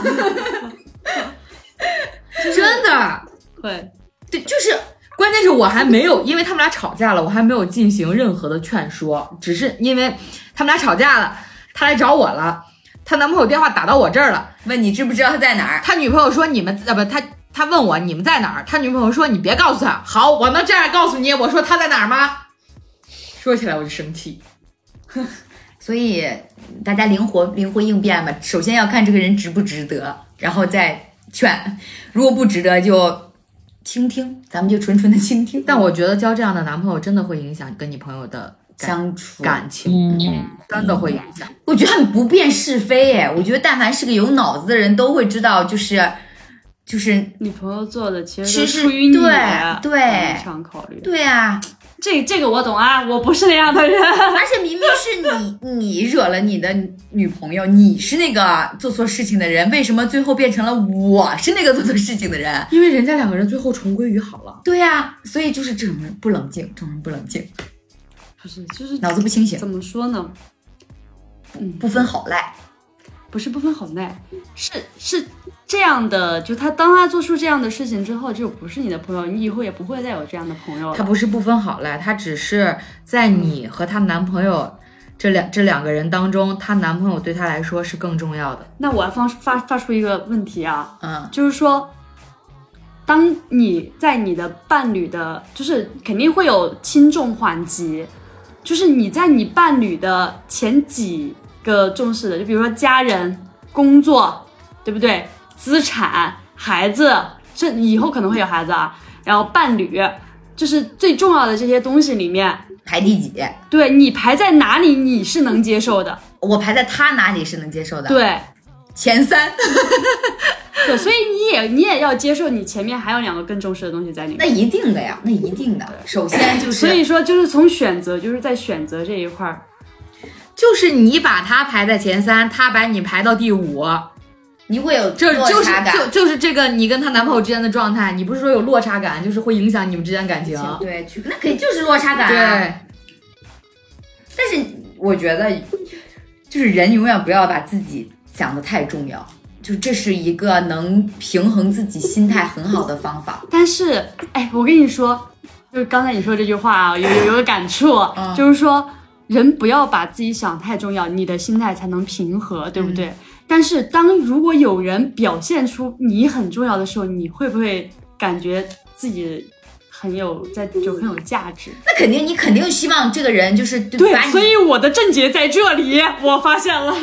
真的会。 对，就是关键是我还没有，因为他们俩吵架了，我还没有进行任何的劝说，只是因为他们俩吵架了，他来找我了。她男朋友电话打到我这儿了， 问你知不知道他在哪儿？ 他女朋友说他问我你们在哪儿？他女朋友说你别告诉他。好，我能这样告诉你，我说他在哪儿吗？说起来我就生气。 所以大家灵活应变吧。首先要看这个人值不值得，然后再劝。如果不值得就倾听，咱们就纯纯的倾听。 但我觉得交这样的男朋友真的会影响跟你朋友的相处感情，真的会影响。 我觉得很不辨是非哎，我觉得但凡是个有脑子的人都会知道，就是你朋友做的其实是出于你对立场考虑。 对啊， 这个我懂啊，我不是那样的人。 而且明明是你惹了你的女朋友，你是那个做错事情的人，为什么最后变成了我是那个做错事情的人？ 因为人家两个人最后重归于好了。 对啊，所以就是这种人不冷静， 不是，就是脑子不清醒。 怎么说呢？ 不分好赖， 不是不分好赖，是这样的。就当他做出这样的事情之后，就不是你的朋友，你以后也不会再有这样的朋友了。 他不是不分好赖，他只是在你和她男朋友这两个人当中，她男朋友对她来说是更重要的。 那我要发出一个问题啊，就是说，当你在你的伴侣的，就是肯定会有轻重缓急。就是你在你伴侣的前几个重视的，就比如说家人、工作，对不对？资产、孩子，这以后可能会有孩子啊。然后伴侣，就是最重要的这些东西里面排第几？ 对，你排在哪里你是能接受的？ 我排在他哪里是能接受的？ 对， 前3。 对，所以你也要接受你前面还有2个更重视的东西在里面。 那一定的呀，那一定的。首先就是， 所以说就是从选择，就是在选择这一块儿， 就是你把他排在前3，他把你排到第5， 你会有落差感。 就是这个你跟她男朋友之间的状态，你不是说有落差感，就是会影响你们之间感情。 对，那肯定就是落差感。 对。 但是我觉得，就是人永远不要把自己想得太重要。就这是一个能平衡自己心态很好的方法。 但是，我跟你说，就是刚才你说这句话啊，有个感触，就是说，人不要把自己想太重要，你的心态才能平和，对不对？但是，如果有人表现出你很重要的时候，你会不会感觉自己很有价值？ 那肯定，你肯定希望这个人就是对，所以我的症结在这里，我发现了。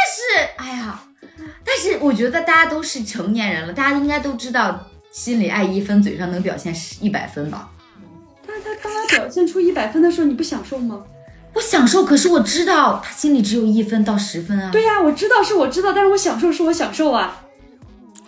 但是我觉得大家都是成年人了，大家应该都知道心里爱1分，嘴上能表现100分吧。 但是当他表现出100分的时候，你不享受吗？ 我享受，可是我知道他心里只有1分到10分啊。 对呀，我知道，但是我享受是我享受啊。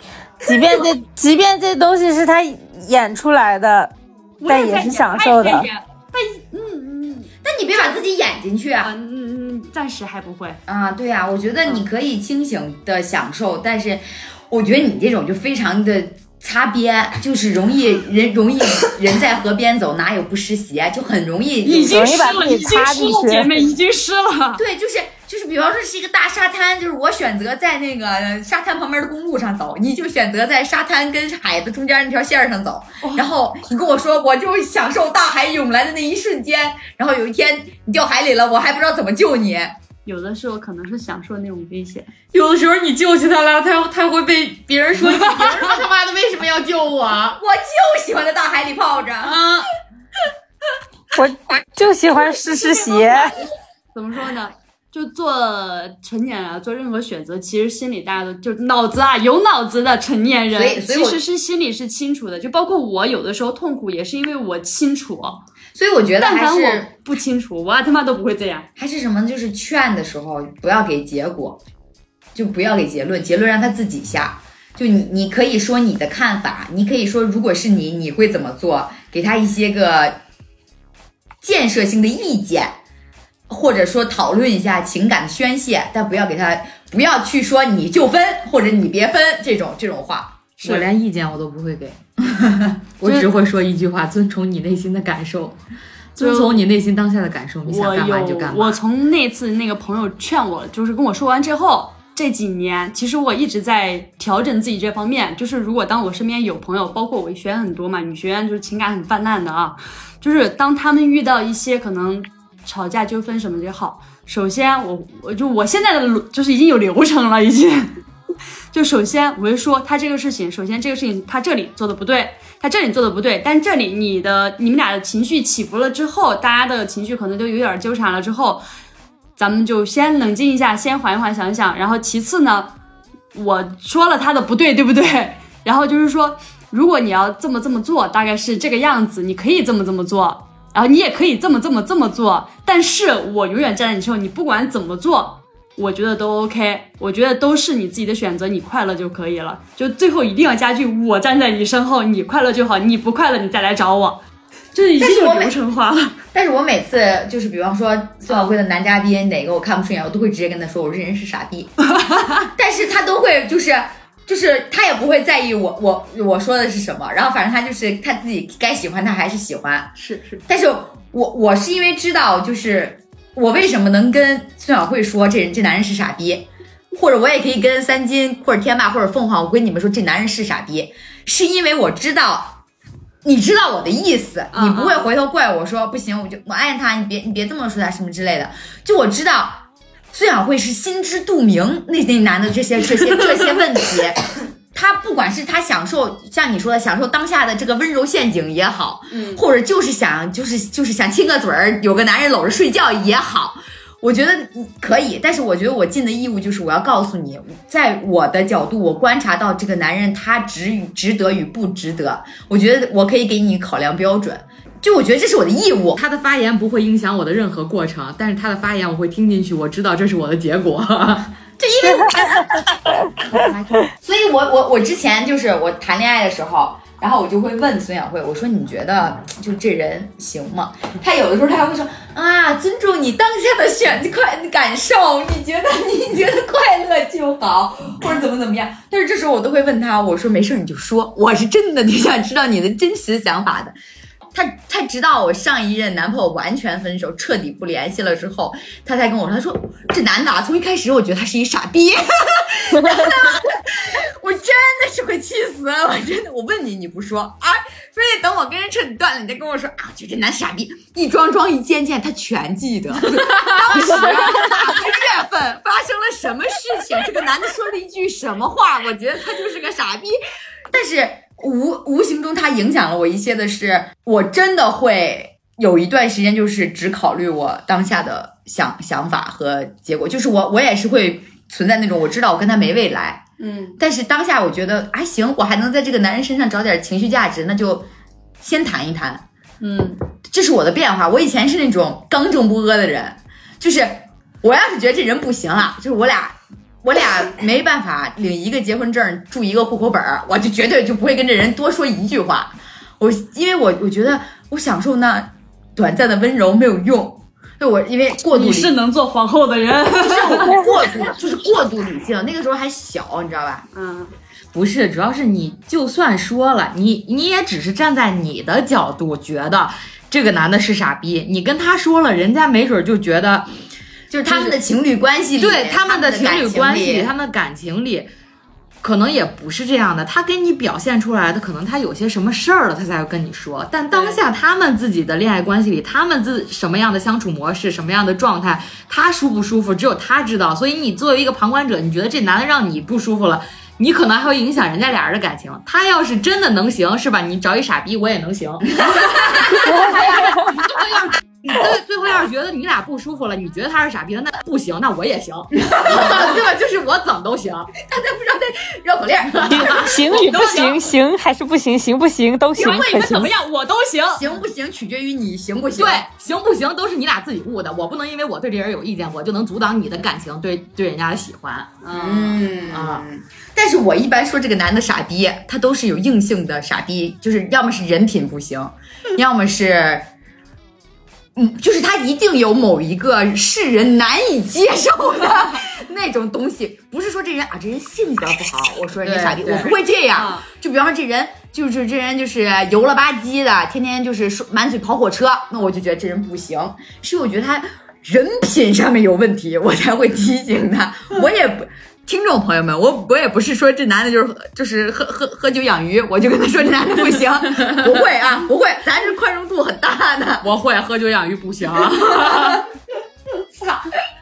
即便这东西是他演出来的，但也是享受的。 但你别把自己演进去啊！ 暂时还不会啊。对啊，我觉得你可以清醒的享受，但是我觉得你这种就非常的擦边，就是容易人在河边走，哪有不湿鞋，就很容易已经湿了，姐妹已经湿了。 对，就是比方说是一个大沙滩，就是我选择在那个沙滩旁边的公路上走，你就选择在沙滩跟海的中间那条线上走，然后你跟我说我就享受大海涌来的那一瞬间，然后有一天你掉海里了，我还不知道怎么救你。 有的时候可能是享受那种危险， 有的时候你救起他来，他会被别人说，别人说他妈的为什么要救我？ 我就喜欢在大海里泡着啊！ 我就喜欢湿鞋。 怎么说呢？就做成年人做任何选择，其实心里大家都就脑子啊，有脑子的成年人，其实是心里是清楚的。就包括我有的时候痛苦，也是因为我清楚。 所以我觉得还是， 但凡我不清楚，我他妈都不会这样。 还是什么，就是劝的时候不要给结果，就不要给结论，结论让他自己下。就你可以说你的看法，你可以说如果是你会怎么做，给他一些个建设性的意见，或者说讨论一下情感的宣泄，但不要去说你就分或者你别分这种话。 我连意见我都不会给，我只会说一句话：遵从你内心的感受，遵从你内心当下的感受，你想干嘛就干嘛。 我从那次那个朋友劝我，就是跟我说完之后，这几年其实我一直在调整自己这方面。就是如果当我身边有朋友，包括我学员很多嘛，女学员就是情感很泛滥的啊，就是当他们遇到一些可能吵架纠纷什么就好，首先我现在的就是已经有流程了，已经。就首先我会说他这个事情，首先这个事情他这里做的不对，他这里做的不对，但这里你们俩的情绪起伏了之后，大家的情绪可能就有点纠缠了之后，咱们就先冷静一下，先缓一缓想一想，然后其次呢，我说了他的不对，对不对？然后就是说，如果你要这么做，大概是这个样子，你可以这么做，然后你也可以这么做，但是我永远站在你身后，你不管怎么做。我觉得都 OK， 我觉得都是你自己的选择，你快乐就可以了。就最后一定要加句，我站在你身后，你快乐就好，你不快乐你再来找我，这已经有流程化了。 但是我每次就是比方说孙晓慧的男嘉宾哪个我看不顺眼，我都会直接跟他说我这人是傻逼，但是他都会就是他也不会在意我说的是什么，然后反正他就是他自己该喜欢他还是喜欢， 是， 但是我是因为知道就是我为什么能跟孙晓慧说这男人是傻逼，或者我也可以跟三金或者天霸或者凤凰，我跟你们说这男人是傻逼，是因为我知道你知道我的意思，你不会回头怪我说不行，我爱他，你别这么说他什么之类的。就我知道孙晓慧是心知肚明那男的这些问题，他不管是他享受像你说的享受当下的这个温柔陷阱也好，或者就是想亲个嘴儿，有个男人搂着睡觉也好，我觉得可以。但是我觉得我尽的义务就是我要告诉你，在我的角度，我观察到这个男人他值得与不值得，我觉得我可以给你考量标准。就我觉得这是我的义务， 他的发言不会影响我的任何过程，但是他的发言我会听进去，我知道这是我的结果。 就因为所以我之前就是我谈恋爱的时候，然后我就会问孙晓慧，我说你觉得就这人行吗？他有的时候他还会说啊，尊重你当下的感受，你觉得快乐就好，或者怎么样。但是这时候我都会问他，我说没事你就说，我是真的挺想知道你的真实想法的。他直到我上一任男朋友完全分手，彻底不联系了之后，他才跟我说，他说这男的啊，从一开始我觉得他是一傻逼，然后呢，我真的是会气死了，我问你不说啊，非得等我跟人彻底断了，你再跟我说啊，就这男傻逼，一桩一件他全记得，当时哪个月份发生了什么事情，这个男的说了一句什么话，我觉得他就是个傻逼，但是。无形中它影响了我一些的是，我真的会有一段时间就是只考虑我当下的想法和结果，就是我也是会存在那种我知道我跟他没未来，但是当下我觉得还行，我还能在这个男人身上找点情绪价值，那就先谈一谈，这是我的变化。我以前是那种刚正不阿的人，就是我要是觉得这人不行了，就是我俩我俩没办法领一个结婚证，住一个户口本，我就绝对就不会跟这人多说一句话。因为我觉得我享受那短暂的温柔没有用，就我因为过度你是能做皇后的人， 就是过度理性，那个时候还小，你知道吧？ 嗯， 不是，主要是你就算说了，你也只是站在你的角度觉得这个男的是傻逼，你跟他说了，人家没准就觉得。 就是他们的情侣关系里， 对他们的情侣关系里， 他们的感情里，可能也不是这样的。他给你表现出来的，可能他有些什么事儿了，他才会跟你说。但当下他们自己的恋爱关系里，他们什么样的相处模式，什么样的状态，他舒不舒服，只有他知道。所以你作为一个旁观者，你觉得这男的让你不舒服了，你可能还会影响人家俩人的感情。他要是真的能行，是吧？你找一傻逼，我也能行。你最后要是觉得你俩不舒服了，你觉得他是傻逼，那不行，那我也行，对吧？就是我怎么都行， 大家不知道在绕口令， 行与不行，行还是不行，行不行都行， 无论你们怎么样，我都行。 行不行取决于你行不行， 对，行不行都是你俩自己悟的，我不能因为我对这人有意见，我就能阻挡你的感情对人家的喜欢。 但是我一般说这个男的傻逼，他都是有硬性的傻逼，就是要么是人品不行，要么是。就是他一定有某一个世人难以接受的那种东西，不是说这人性格不好，我说人家傻逼，我不会这样。就比方说这人就是油了吧唧的，天天就是满嘴跑火车，那我就觉得这人不行。是我觉得他人品上面有问题，我才会提醒他。我也不。听众朋友们，我也不是说这男的就是喝酒养鱼，我就跟他说这男的不行，不会啊，不会，咱是宽容度很大的。 我会喝酒养鱼不行。 操！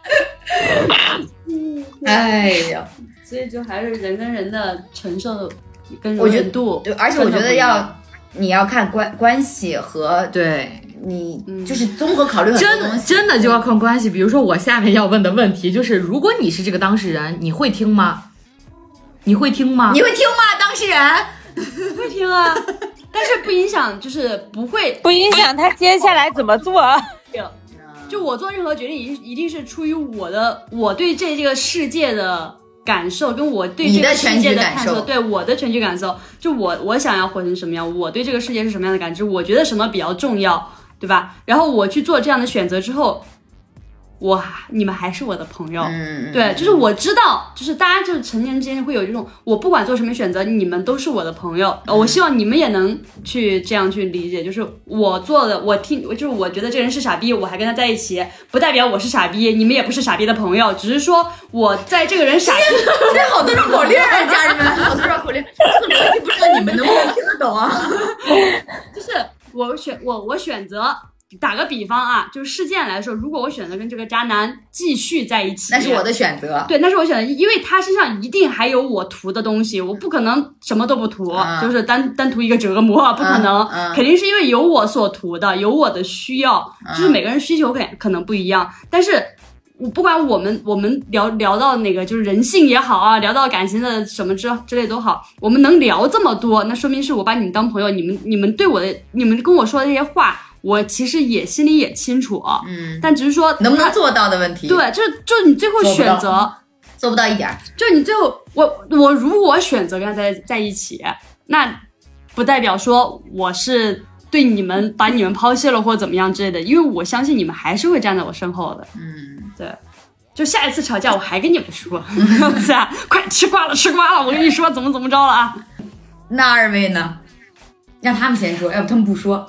哎呀， 所以就还是人跟人的承受跟容忍度， 对，而且我觉得你要看关系和对。 你就是综合考虑很多东西， 真的就要看关系。比如说我下面要问的问题就是，如果你是这个当事人，你会听吗？你会听吗？ 当事人会听啊，但是不影响，就是不影响他接下来怎么做。 就我做任何决定，一定是出于我对这个世界的感受，跟我对这个世界的看受，对我的全局感受，就我想要活成什么样，我对这个世界是什么样的感知，我觉得什么比较重要，对吧？然后我去做这样的选择之后，你们还是我的朋友，对，就是我知道，就是大家就是成年之间会有这种，我不管做什么选择，你们都是我的朋友，我希望你们也能去这样去理解，就是我做的，就是我觉得这个人是傻逼，我还跟他在一起，不代表我是傻逼，你们也不是傻逼的朋友，只是说我在这个人傻逼， 这好多绕口令啊，家人们，好多绕口令，这个逻辑不知道你们能不能听得懂啊？ 就是我选择。打个比方啊，就是事件来说，如果我选择跟这个渣男继续在一起， 那是我的选择。 对，那是我选择，因为他身上一定还有我图的东西，我不可能什么都不图，就是单图一个折磨，不可能，肯定是因为有我所图的，有我的需要，就是每个人需求可能不一样，但是。我不管我们聊到那个就是人性也好啊，聊到感情的什么之类都好，我们能聊这么多，那说明是我把你们当朋友，你们对我的你们跟我说的这些话，我其实也心里也清楚，但只是说能不能做到的问题。 对，就你最后选择做不到一点， 就你最后我如果选择跟他在一起，那不代表说我是对你们把你们抛弃了或怎么样之类的，因为我相信你们还是会站在我身后的。对，就下一次吵架我还跟你们说，快吃瓜了，我跟你说怎么着了啊？ 那二位呢？让他们先说，要不他们不说。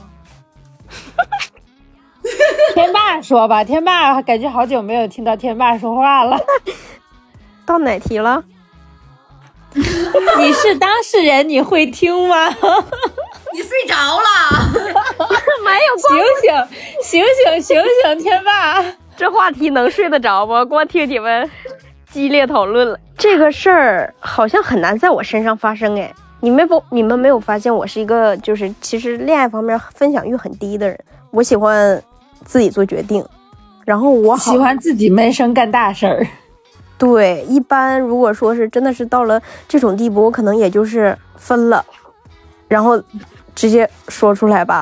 天霸说吧，天霸感觉好久没有听到天霸说话了。 到哪题了？ 你是当事人，你会听吗？ 你睡着了？ 没有， 醒，天霸。 这话题能睡得着吗？光听你们激烈讨论了，这个事儿好像很难在我身上发生哎。你们没有发现我是一个就是其实恋爱方面分享欲很低的人，我喜欢自己做决定，然后我喜欢自己闷声干大事儿。 对，一般如果说是真的是到了这种地步，我可能也就是分了，然后直接说出来吧。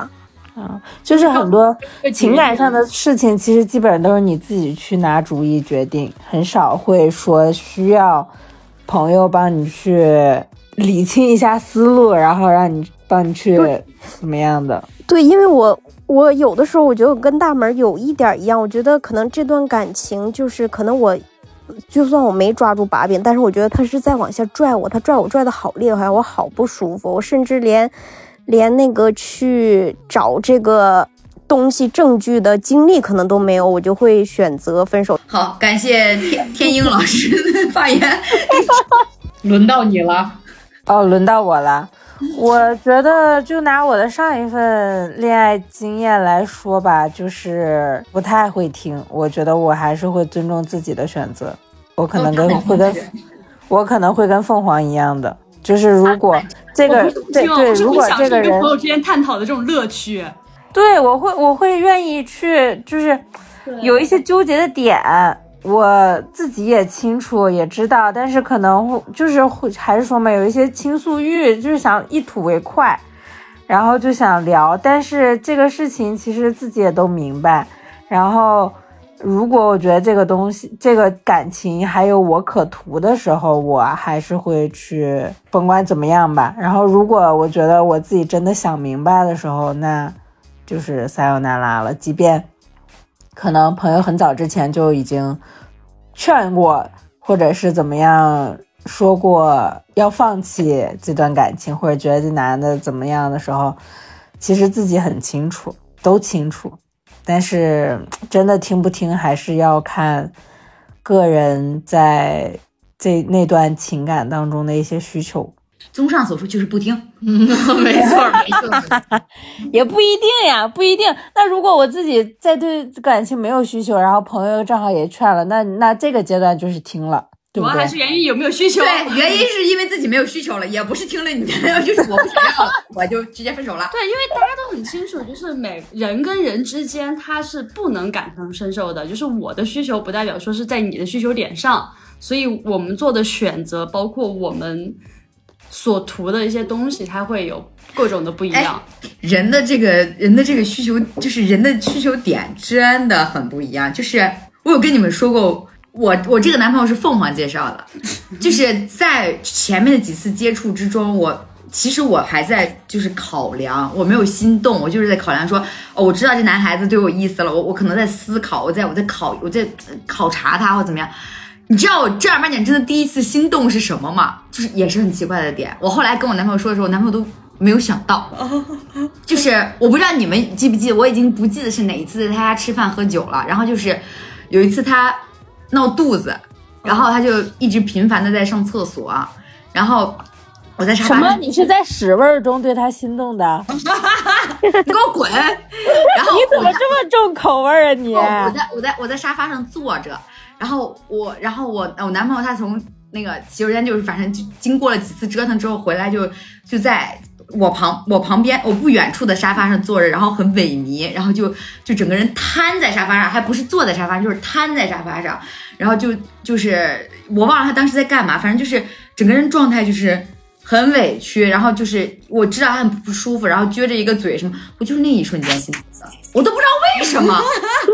就是很多情感上的事情，其实基本上都是你自己去拿主意决定，很少会说需要朋友帮你去理清一下思路，然后帮你去怎么样的。 对，因为我有的时候我觉得我跟大门有一点一样，我觉得可能这段感情就是可能我就算我没抓住把柄，但是我觉得他是在往下拽我，他拽我拽的好厉害，我好不舒服，我甚至连那个去找这个东西证据的精力可能都没有，我就会选择分手。 好，感谢天鹰老师的发言。 轮到你了。 哦，轮到我了。我觉得就拿我的上一份恋爱经验来说吧，就是不太会听。我觉得我还是会尊重自己的选择。我可能会跟凤凰一样的，就是如果这个对，如果这个人跟朋友之间探讨的这种乐趣， 对，我会愿意去，就是有一些纠结的点。我自己也清楚也知道，但是可能就是还是说嘛，有一些倾诉欲，就是想一吐为快，然后就想聊，但是这个事情其实自己也都明白。然后如果我觉得这个东西这个感情还有我可图的时候，我还是会去甭管怎么样吧。然后如果我觉得我自己真的想明白的时候，那就是撒由那拉了，即便可能朋友很早之前就已经劝过，或者是怎么样说过要放弃这段感情，或者觉得这男的怎么样的时候，其实自己很清楚，都清楚。但是真的听不听还是要看个人在那段情感当中的一些需求。 综上所述就是不听。 没错， 也不一定呀，不一定。那如果我自己在对感情没有需求，然后朋友正好也劝了，那这个阶段就是听了，对不对？ 主要还是源于有没有需求。 对，原因是因为自己没有需求了，也不是听了你的，就是我不想要了，我就直接分手了。 对，因为大家都很清楚，就是每人跟人之间他是不能感同身受的，就是我的需求不代表说是在你的需求点上，所以我们做的选择，包括我们所图的一些东西，它会有各种的不一样。 人的这个需求，就是人的需求点真的很不一样。就是我有跟你们说过，我这个男朋友是凤凰介绍的，就是在前面的几次接触之中，其实我还在就是考量，我没有心动，我就是在考量说，哦，我知道这男孩子对我有意思了，我可能在思考，我在考察他或怎么样。你知道我正儿八经真的第一次心动是什么吗？就是也是很奇怪的点。我后来跟我男朋友说的时候，我男朋友都没有想到。就是我不知道你们记不记得，我已经不记得是哪一次在他家吃饭喝酒了。然后就是有一次他闹肚子，然后他就一直频繁的在上厕所，然后我在沙发上。 什么？你是在屎味中对他心动的？ 你给我滚！然后你怎么这么重口味啊你？ 我在沙发上坐着。然后我男朋友他从那个洗手间就是反正就经过了几次折腾之后回来就在我旁边我不远处的沙发上坐着，然后很萎靡，然后就整个人瘫在沙发上，还不是坐在沙发上，就是瘫在沙发上，然后就是我忘了他当时在干嘛，反正就是整个人状态就是很委屈，然后就是我知道他很不舒服，然后撅着一个嘴什么，我就是那一瞬间心疼的，我都不知道为什么。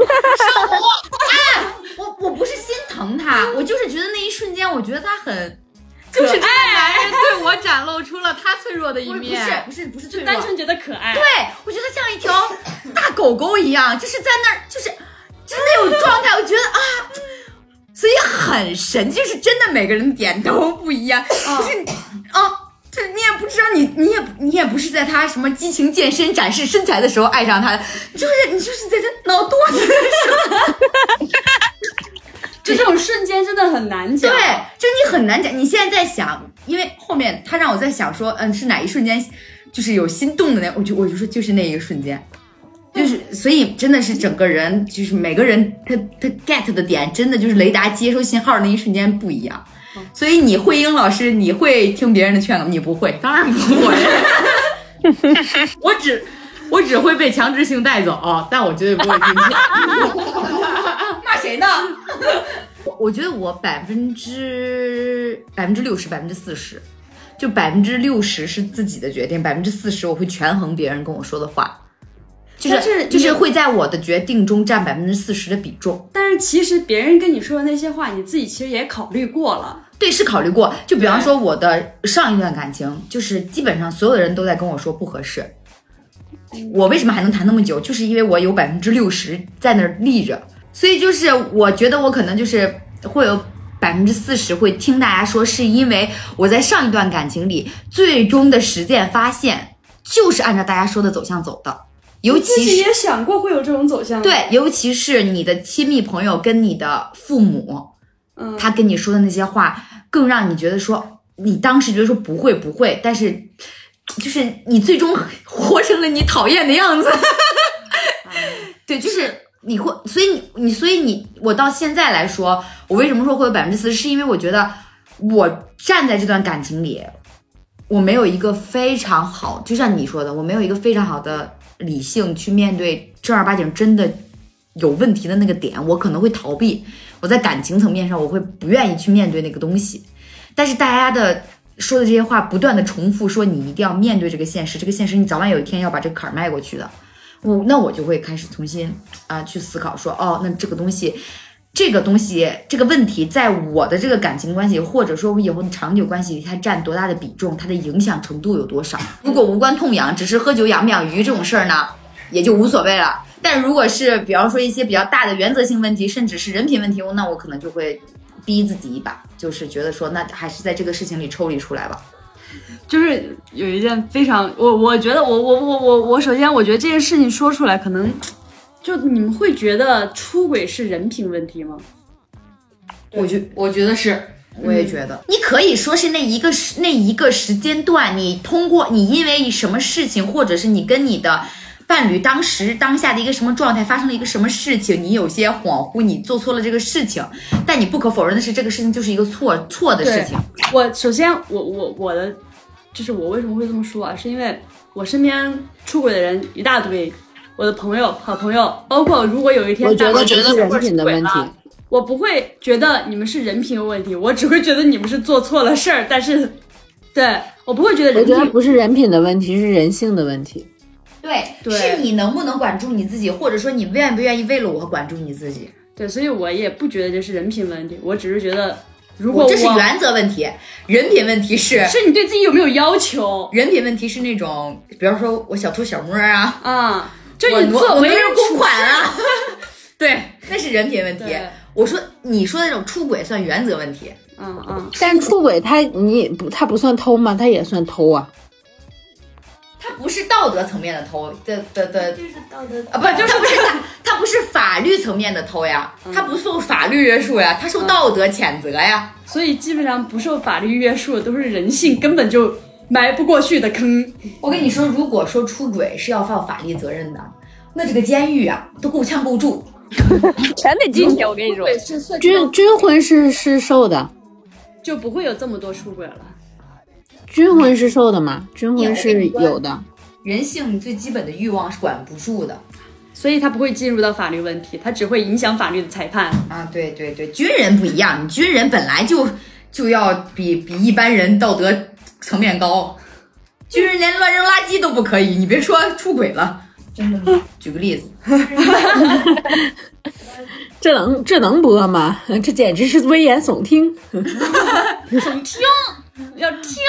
我不是心疼他，我就是觉得那一瞬间，我觉得他很， 就是这个男人对我展露出了他脆弱的一面， 不是脆弱， 单纯觉得可爱。 对，我觉得像一条大狗狗一样，就是在那儿，就是那种状态，我觉得啊，所以很神，就是真的每个人点都不一样，就是就是你也不知道你也不是在他什么激情健身展示身材的时候爱上他的，你就是在他闹肚子的时候。 就这种瞬间真的很难讲， 对，就你很难讲。你现在在想，因为后面他让我在想说，是哪一瞬间，就是有心动的那，我就说就是那一个瞬间，就是所以真的是整个人就是每个人他 get 的点真的就是雷达接收信号的那一瞬间不一样。所以你慧英老师，你会听别人的劝吗？你不会， 当然不会。我只会被强制性带走，但我绝对不会听劝。 骂谁呢？我觉得我60%、40%，就60%是自己的决定，40%我会权衡别人跟我说的话。 就是会在我的决定中占40%的比重。 但是其实别人跟你说的那些话，你自己其实也考虑过了。 对，是考虑过。就比方说我的上一段感情，就是基本上所有的人都在跟我说不合适。我为什么还能谈那么久？就是因为我有60%在那儿立着，所以就是我觉得我可能就是会有40%会听大家说，是因为我在上一段感情里最终的实践发现，就是按照大家说的走向走的。尤其是自己也想过会有这种走向。 对，尤其是你的亲密朋友跟你的父母，他跟你说的那些话，更让你觉得说，你当时觉得说不会，但是就是你最终活成了你讨厌的样子。对，就是你会，所以你，我到现在来说，我为什么说会有40%，是因为我觉得我站在这段感情里，我没有一个非常好，就像你说的，我没有一个非常好的理性去面对正儿八经真的有问题的那个点，我可能会逃避。我在感情层面上，我会不愿意去面对那个东西。但是大家的说的这些话，不断的重复说你一定要面对这个现实，这个现实你早晚有一天要把这个坎儿迈过去的。那我就会开始重新去思考说，那这个东西，这个问题，在我的这个感情关系，或者说我以后的长久关系里，它占多大的比重，它的影响程度有多少？如果无关痛痒，只是喝酒养不养鱼这种事儿呢，也就无所谓了。但如果是比方说一些比较大的原则性问题，甚至是人品问题，那我可能就会逼自己一把，就是觉得说，那还是在这个事情里抽离出来吧。 就是有一件非常，我觉得我首先我觉得这件事情说出来，可能就你们会觉得出轨是人品问题吗？ 我觉得是，我也觉得，你可以说是那一个时间段，你因为什么事情，或者是你跟你的伴侣当下的一个什么状态发生了一个什么事情，你有些恍惚，你做错了这个事情，但你不可否认的是，这个事情就是一个错的事情。 我首先我的就是我为什么会这么说啊？是因为我身边出轨的人一大堆，我的朋友、好朋友，包括如果有一天我觉得是人品的问题， 我不会觉得你们是人品有问题，我只会觉得你们是做错了事儿。但是，对我不会觉得人品， 我觉得不是人品的问题，是人性的问题。 对，是你能不能管住你自己，或者说你愿不愿意为了我管住你自己。 对，所以我也不觉得这是人品问题，我只是觉得，如果这是原则问题，人品问题是你对自己有没有要求。 人品问题是那种，比方说我小偷小摸啊， 就你做为人公款啊，对，那是人品问题。我说你说的那种出轨算原则问题， 但出轨他不算偷吗？他也算偷啊。 它不是道德层面的偷就是道德它不是法律层面的偷呀，它不受法律约束呀，它受道德谴责呀。 所以基本上不受法律约束的都是人性根本就埋不过去的坑。 我跟你说，如果说出轨是要负法律责任的，那这个监狱啊都够呛够住， 全得进去。我跟你说， 军婚是受的， 就不会有这么多出轨了。 军婚是受的嘛？军婚是有的。 人性最基本的欲望是管不住的， 所以它不会进入到法律问题，它只会影响法律的裁判啊。对，军人不一样，你军人本来就要比一般人道德层面高，军人连乱扔垃圾都不可以，你别说出轨了。真的吗？举个例子， 这能播吗？这简直是危言耸听。 耸听。要听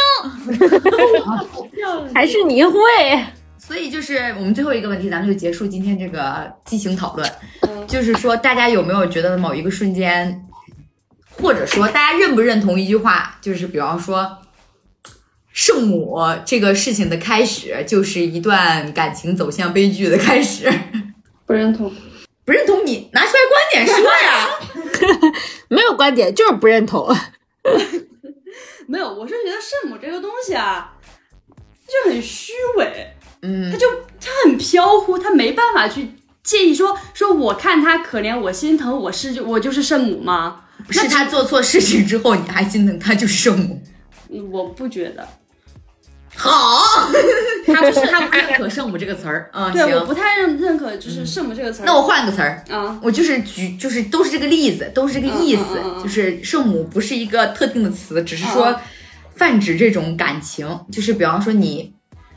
还是你会？ 所以就是我们最后一个问题，咱们就结束今天这个激情讨论。就是说，大家有没有觉得某一个瞬间，或者说大家认不认同一句话，就是比方说，圣母这个事情的开始，就是一段感情走向悲剧的开始。 不认同， 不认同，你拿出来观点说呀。 没有观点，就是不认同。 没有，我是觉得圣母这个东西啊，就很虚伪，它很飘忽，它没办法去介意说我看他可怜，我心疼，我就是圣母吗？ 是他做错事情之后，你还心疼他就是圣母？ 我不觉得。 好，他不是认可圣母这个词儿， 对， 行， 我不太认可就是圣母这个词儿。 那我换个词儿我就是都是这个例子，都是这个意思，就是圣母不是一个特定的词，只是说泛指这种感情，就是比方说你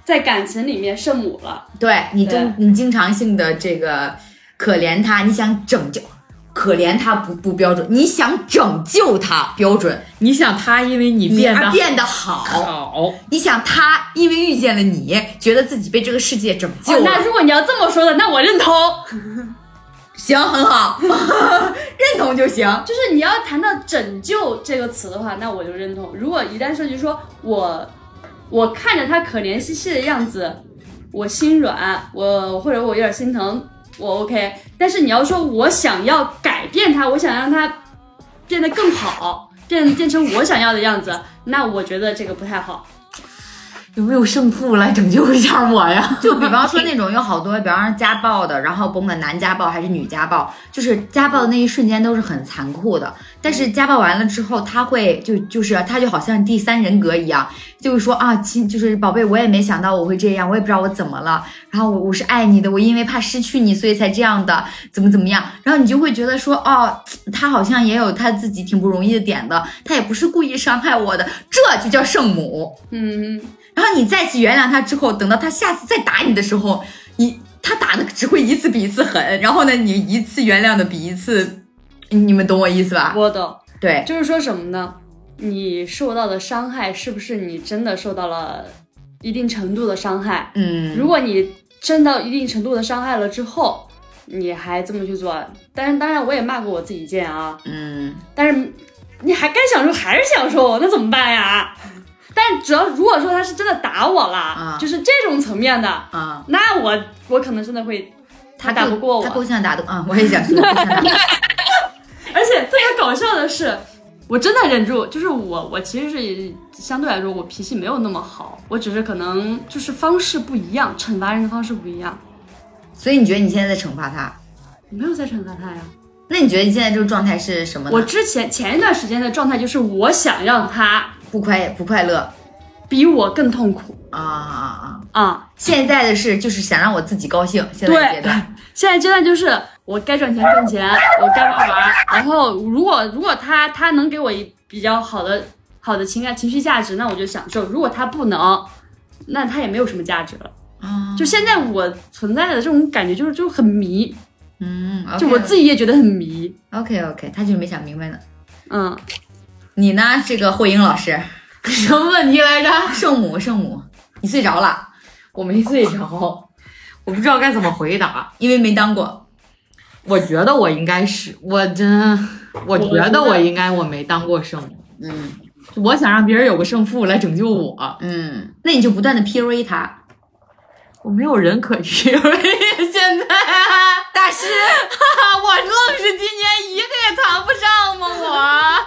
在感情里面圣母了。 对你对你经常性的这个可怜他，你想拯救。可怜他不标准，你想拯救他标准。 你想他因为你变得好， 好， 你想他因为遇见了你，觉得自己被这个世界拯救了。 那如果你要这么说的，那我认同。 行，很好，认同就行。 就是你要谈到拯救这个词的话，那我就认同。如果一旦涉及说我看着他可怜兮兮的样子，我心软，或者我有点心疼，我 OK。但是你要说我想要改变他，我想让他变得更好，变成我想要的样子，那我觉得这个不太好。 有没有圣父来拯救一下我呀？ 就比方说那种有好多，比方说家暴的，然后甭管男家暴还是女家暴，就是家暴的那一瞬间都是很残酷的。但是家暴完了之后，他会就是他就好像第三人格一样，就是说啊，就是宝贝，我也没想到我会这样，我也不知道我怎么了，然后我是爱你的，我因为怕失去你，所以才这样的，怎么样，然后你就会觉得说，哦，他好像也有他自己挺不容易的点的，他也不是故意伤害我的，这就叫圣母。然后你再去原谅他之后，等到他下次再打你的时候，他打的只会一次比一次狠，然后呢，你一次原谅的比一次，你们懂我意思吧？ 我懂。 对， 就是说什么呢？你受到的伤害是不是你真的受到了一定程度的伤害？如果你真到一定程度的伤害了之后，你还这么去做，当然我也骂过我自己一件啊，但是你还该享受还是享受，那怎么办呀？但只要如果说他是真的打我了，就是这种层面的那我可能真的会，他打不过我， 他够呛打的我也想说， 而且特别搞笑的是，我真的忍住，就是我其实是相对来说我脾气没有那么好，我只是可能就是方式不一样，惩罚人的方式不一样。 所以你觉得你现在在惩罚他？ 我没有在惩罚他呀。 那你觉得你现在这个状态是什么呢？ 我前一段时间的状态就是我想让他不快乐， 比我更痛苦现在的是就是想让我自己高兴。现在阶段， 现在阶段就是我该赚钱，我该玩，然后如果他能给我比较好的情绪价值，那我就享受；如果他不能，那他也没有什么价值了。就现在我存在的这种感觉就很迷。就我自己也觉得很迷。 OK， 他就是没想明白呢。你呢？这个慧英老师， 什么问题来着？ 圣母，你睡着了？ 我没睡着，我不知道该怎么回答， 因为没当过。 我觉得我应该是，我觉得我没当过圣母。我想让别人有个圣父来拯救我。 那你就不断的 PUA 他。 我没有人可 PUA，现在大师，我愣是今年一个也谈不上吗？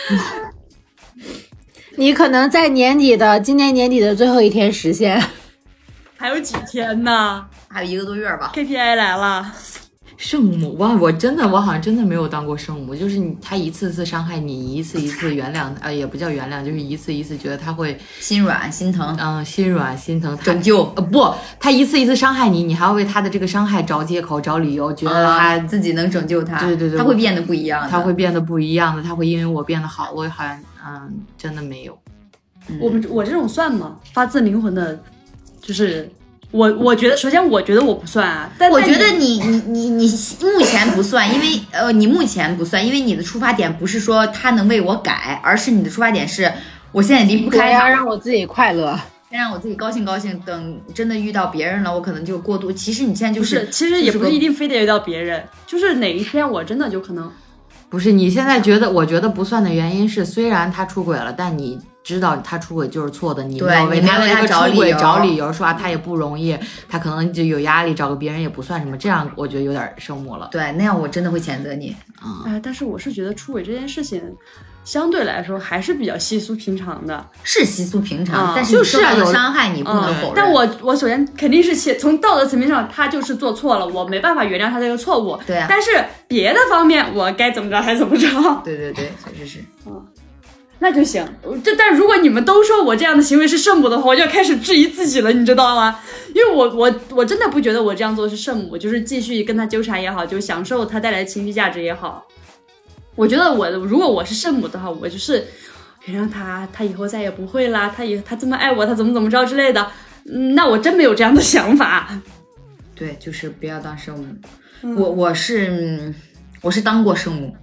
你可能在今年年底的最后一天实现。 还有几天呢？ 还有1个多月吧。 KPI 来了。 圣母哇，我好像真的没有当过圣母，就是他一次次伤害你，一次次原谅，也不叫原谅，就是一次次觉得他会心软心疼， 拯救，不，他一次次伤害你，你还要为他的这个伤害找借口找理由，觉得他自己能拯救他， 对， 他会变得不一样的， 他会因为我变得好，我好像真的没有。 我这种算吗？发自灵魂的，就是我觉得，首先我觉得我不算啊，但我觉得你目前不算，因为你目前不算，因为你的出发点不是说他能为我改，而是你的出发点是我现在离不开他， 要让我自己快乐， 先让我自己高兴，等真的遇到别人了，我可能就过度。其实你现在其实也不是一定非得遇到别人，就是哪一天我真的就可能不是你现在我觉得不算的原因是，虽然他出轨了，但你知道他出轨就是错的，你没有为他出轨找理由，说他也不容易，他可能就有压力，找个别人也不算什么，这样我觉得有点圣母了。 对，那样我真的会谴责你。 但是我是觉得出轨这件事情相对来说还是比较稀疏平常的， 是稀疏平常，但是就是有伤害你不能否认。 但我首先肯定是从道德层面上他就是做错了，我没办法原谅他这个错误。 对啊， 但是别的方面我该怎么着还怎么着。 对，确实是。 那就行。但如果你们都说我这样的行为是圣母的话，我就要开始质疑自己了，你知道吗？因为我真的不觉得我这样做是圣母，就是继续跟他纠缠也好，就享受他带来的情绪价值也好。我觉得如果我是圣母的话，我就是原谅他以后再也不会啦，他这么爱我，他怎么着之类的。 那我真没有这样的想法。 对，就是不要当圣母。我是当过圣母。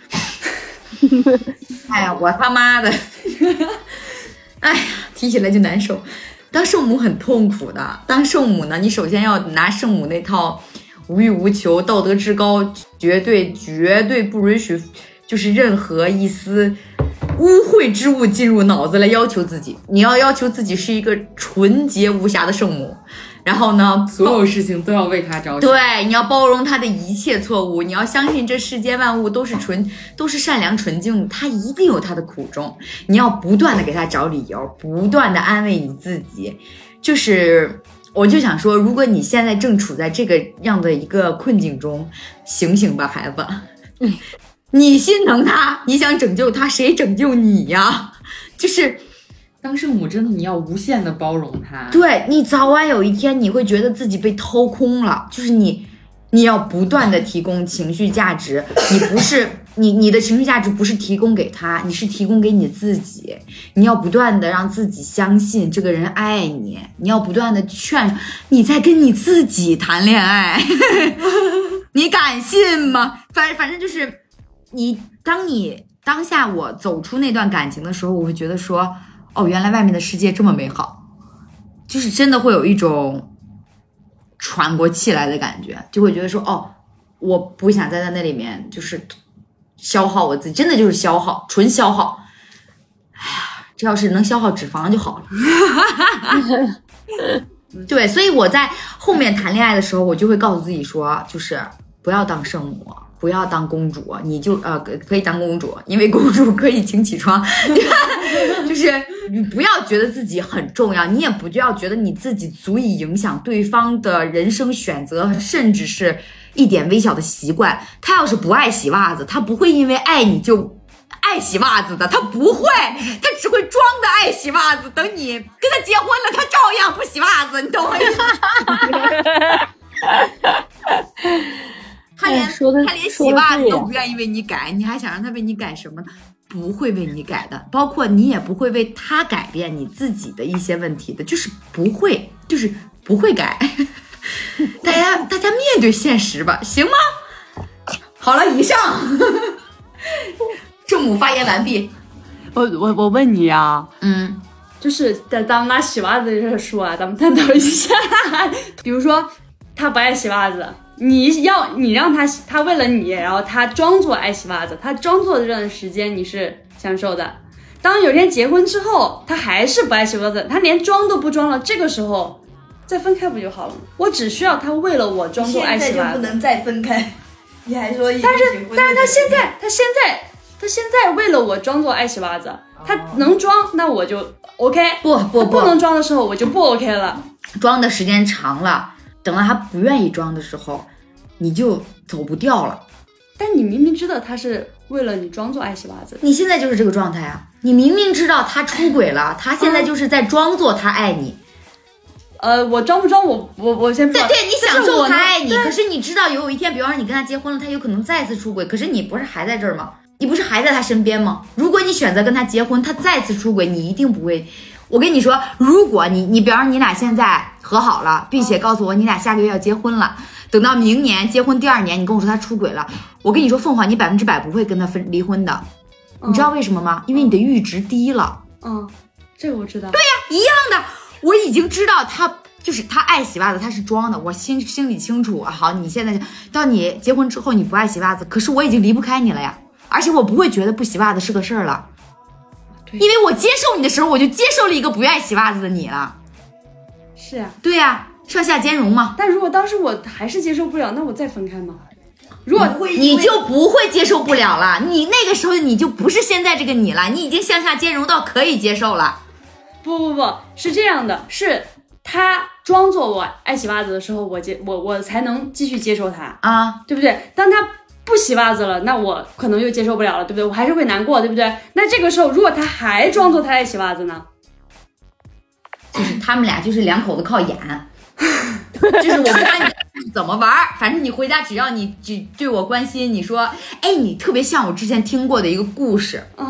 哎呀，我他妈的！哎呀，提起来就难受。当圣母很痛苦的。当圣母呢，你首先要拿圣母那套无欲无求、道德至高、绝对不允许，就是任何一丝污秽之物进入脑子来要求自己。你要要求自己是一个纯洁无瑕的圣母。然后呢， 所有事情都要为他着想。 对，你要包容他的一切错误，你要相信这世间万物都是善良纯净的，他一定有他的苦衷。你要不断的给他找理由，不断的安慰你自己。就是我就想说，如果你现在正处在这个样的一个困境中，醒醒吧，孩子。你心疼他，你想拯救他，谁拯救你呀？就是当圣母真的你要无限的包容他， 对，你早晚有一天你会觉得自己被掏空了，就是你要不断的提供情绪价值，你不是你的情绪价值不是提供给他，你是提供给你自己。你要不断的让自己相信这个人爱你，你要不断的劝你在跟你自己谈恋爱。你敢信吗？反正就是当下我走出那段感情的时候，我会觉得说，哦，原来外面的世界这么美好，就是真的会有一种喘过气来的感觉，就会觉得说，哦，我不想再在那里面就是消耗我自己，真的就是消耗，纯消耗。哎呀，这要是能消耗脂肪就好了。对，所以我在后面谈恋爱的时候，我就会告诉自己说，就是不要当圣母，不要当公主，你就可以当公主，因为公主可以请起床。就是你不要觉得自己很重要，你也不要觉得你自己足以影响对方的人生选择，甚至是一点微小的习惯。他要是不爱洗袜子，他不会因为爱你就爱洗袜子的，他不会，他只会装的爱洗袜子。等你跟他结婚了，他照样不洗袜子，你懂我意思？他连洗袜子都不愿意为你改，你还想让他为你改什么呢？不会为你改的，包括你也不会为他改变你自己的一些问题的，就是不会改。大家面对现实吧，行吗？好了，以上圣母发言完毕。 我问你啊，就是咱们拿洗袜子这说啊，咱们探讨一下。比如说他不爱洗袜子，你让他为了你，然后他装作爱洗袜子，他装作的这段时间你是享受的。当有天结婚之后，他还是不爱洗袜子，他连装都不装了，这个时候再分开不就好了吗？我只需要他为了我装作爱洗袜子。 现在就不能再分开，你还说但是他现在为了我装作爱洗袜子，他能装那我就 OK， 不能装的时候我就不 OK 了。 装的时间长了，等到他不愿意装的时候，你就走不掉了。 但你明明知道他是为了你装作爱洗袜子， 你现在就是这个状态啊！你明明知道他出轨了，他现在就是在装作他爱你。 我装不装我先不知道。 对，你享受他爱你，可是你知道有一天，比方说你跟他结婚了，他有可能再次出轨，可是你不是还在这儿吗？你不是还在他身边吗？如果你选择跟他结婚，他再次出轨，你一定不会。我跟你说，如果你比方说你俩现在和好了，并且告诉我你俩下个月要结婚了，等到明年结婚第2年，你跟我说他出轨了，我跟你说，凤凰，你100%不会跟他离婚的。你知道为什么吗？因为你的阈值低了。 这个我知道。 对呀，一样的。我已经知道他就是他爱洗袜子，他是装的，我心里清楚。好，你现在到你结婚之后，你不爱洗袜子，可是我已经离不开你了呀，而且我不会觉得不洗袜子是个事儿了，因为我接受你的时候，我就接受了一个不愿意洗袜子的你了。 是呀， 对呀，上下兼容嘛。 但如果当时我还是接受不了，那我再分开吗？如果你就不会接受不了了，你那个时候你就不是现在这个你了，你已经向下兼容到可以接受了。 不，是这样的，是他装作我爱洗袜子的时候，我才能继续接受他啊， 对不对？当他不洗袜子了，那我可能又接受不了了，对不对？我还是会难过，对不对？那这个时候，如果他还装作他爱洗袜子呢？ 就是他们俩就是两口子靠演，就是我不管你怎么玩，反正你回家只要你只对我关心，你说，哎，你特别像我之前听过的一个故事啊。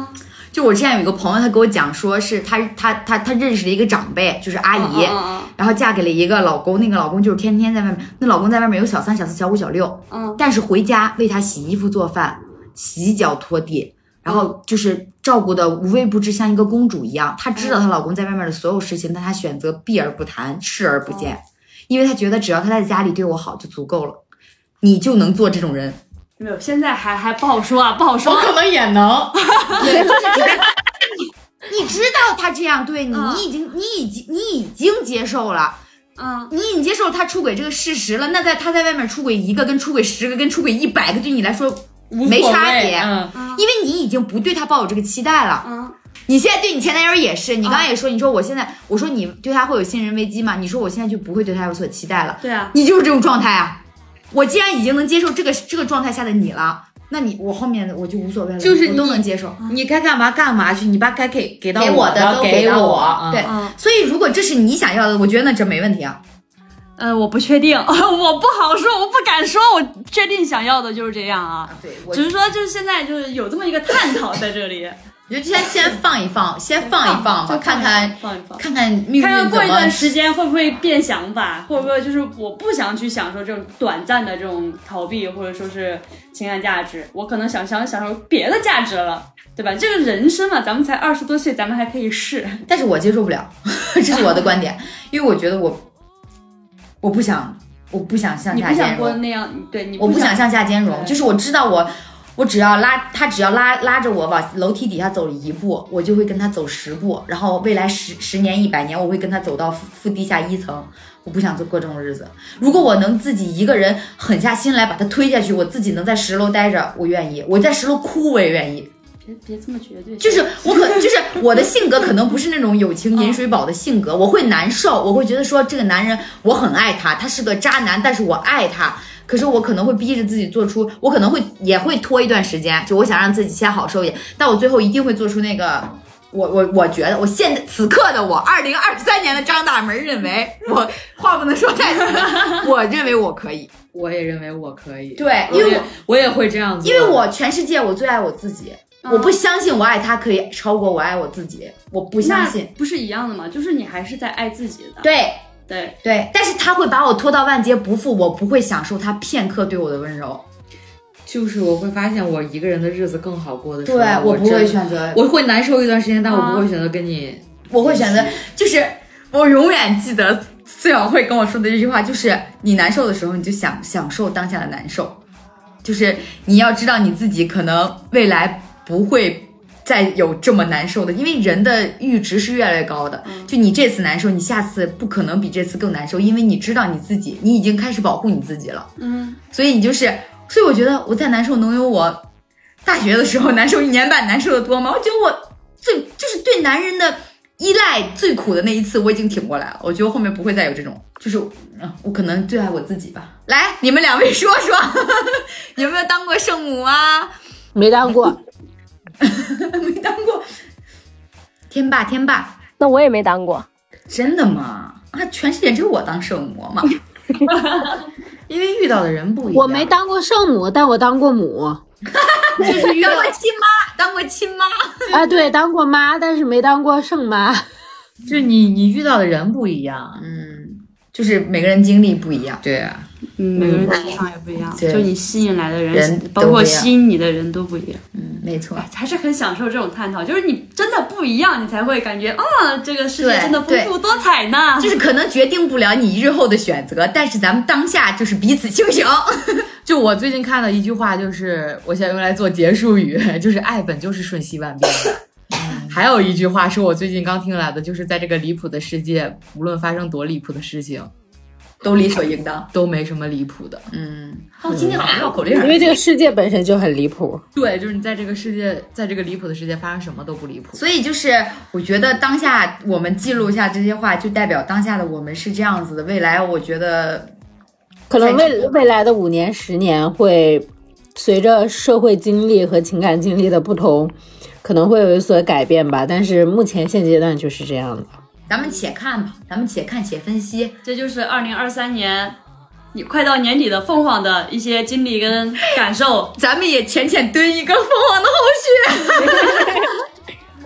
就我之前有一个朋友，他给我讲说是他认识了一个长辈，就是阿姨，然后嫁给了一个老公，那个老公就是天天在外面，那老公在外面有小3、小4、小5、小6，但是回家为他洗衣服做饭、洗脚拖地，然后就是照顾的无微不至，像一个公主一样。她知道她老公在外面的所有事情，但她选择避而不谈，视而不见，因为她觉得只要他在家里对我好就足够了。你就能做这种人。 没有，现在还不好说啊，不好说。 我可能也能。 对，就是你知道他这样对你，你已经接受了。你已经接受他出轨这个事实了，那他在外面出轨1个跟出轨10个跟出轨100个对你来说没差别，因为你已经不对他抱有这个期待了。你现在对你前男友也是，你刚才也说，你说我说你对他会有信任危机吗？你说我现在就不会对他有所期待了。 对啊， 你就是这种状态啊。我既然已经能接受这个状态下的你了，那我后面我就无所谓了， 就是我都能接受。 你该干嘛干嘛去，你把该给到我的都给到我。 对，所以如果这是你想要的，我觉得那这没问题啊。 我不确定，我不好说，我不敢说，我确定想要的就是这样啊。 对， 只是说就是现在就是有这么一个探讨在这里。 我就先放一放吧，看看命运看看过一段时怎么。 间会不会变想法，会不会就是我不想去享受这种短暂的这种逃避，或者说是情感价值，我可能想享受别的价值了，对吧？这个人生嘛，咱们才20多岁，咱们还可以试。 但是我接受不了，这是我的观点，因为我觉得我不想向下兼容。 你不想过那样，对，你我不想向下兼容，就是我知道我只要只要拉着我往楼梯底下走了1步，我就会跟他走10步，然后未来10年100年，我会跟他走到负地下1层。我不想过这种日子。如果我能自己一个人狠下心来把他推下去，我自己能在10楼待着，我愿意；我在10楼哭，我也愿意。 别这么绝对， 就是我的性格可能不是那种友情饮水饱的性格，我会难受，我会觉得说这个男人我很爱他，他是个渣男，但是我爱他。可是我可能会逼着自己做出，我可能也会拖一段时间，就我想让自己先好受一点，但我最后一定会做出那个，我觉得我现在此刻的我，2023年的张大门认为，我话不能说太死，我认为我可以， 我也认为我可以， 对，因为我也会这样子， 因为我全世界我最爱我自己。我不相信我爱他可以超过我爱我自己，我不相信。 不是一样的吗？就是你还是在爱自己的。 对，但是他会把我拖到万劫不复，我不会享受他片刻对我的温柔。 就是我会发现我一个人的日子更好过的时候， 对，我不会选择， 我会难受一段时间，但我不会选择跟你。 我会选择，就是我永远记得孙晓慧跟我说的这句话，就是你难受的时候，你就享受当下的难受，就是你要知道你自己可能未来不会再有这么难受的，因为人的阈值是越来越高的。就你这次难受，你下次不可能比这次更难受，因为你知道你自己，你已经开始保护你自己了。所以所以我觉得我再难受能有我大学的时候难受1年半难受的多吗？我觉得我就是对男人的依赖最苦的那一次我已经挺过来了，我觉得后面不会再有这种，就是我可能最爱我自己吧。来，你们2位说说有没有当过圣母啊？ 没当过没当过。天霸， 那我也没当过。 真的吗？啊，全世界只有我当圣母嘛？因为遇到的人不一样。 我没当过圣母，但我当过母。 就是当过亲妈啊，对，当过妈，但是没当过圣妈。 就是你遇到的人不一样， 就是每个人经历不一样。 对啊， 每个人情况也不一样，就你吸引来的人包括吸引你的人都不一样。 没错， 还是很享受这种探讨，就是你真的不一样，你才会感觉这个世界真的丰富多彩呢。 就是可能决定不了你日后的选择，但是咱们当下就是彼此清醒。 就我最近看的一句话，就是我想用来做结束语，就是爱本就是瞬息万变的。还有一句话是我最近刚听来的，就是在这个离谱的世界，无论发生多离谱的事情， 都理所应当， 都没什么离谱的。 今天好像绕口令， 因为这个世界本身就很离谱。 对，就是你在这个世界，在这个离谱的世界发生什么都不离谱。 所以就是我觉得当下我们记录一下这些话，就代表当下的我们是这样子的。未来我觉得可能未来的5年10年会随着社会经历和情感经历的不同，可能会有所改变吧。但是目前现阶段就是这样的。 咱们且看吧，咱们且看且分析。 这就是2023年你快到年底的凤凰的一些经历跟感受。 咱们也浅浅蹲一个凤凰的后续。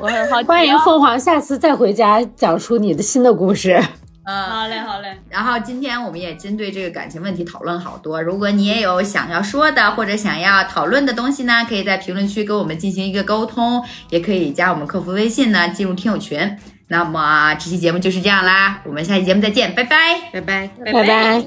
我很好奇。 欢迎凤凰下次再回家讲述你的新的故事。 好嘞，好嘞。 然后今天我们也针对这个感情问题讨论好多，如果你也有想要说的或者想要讨论的东西呢，可以在评论区跟我们进行一个沟通，也可以加我们客服微信呢进入听友群。那么这期节目就是这样啦，我们下期节目再见，拜拜， 拜拜。 拜拜。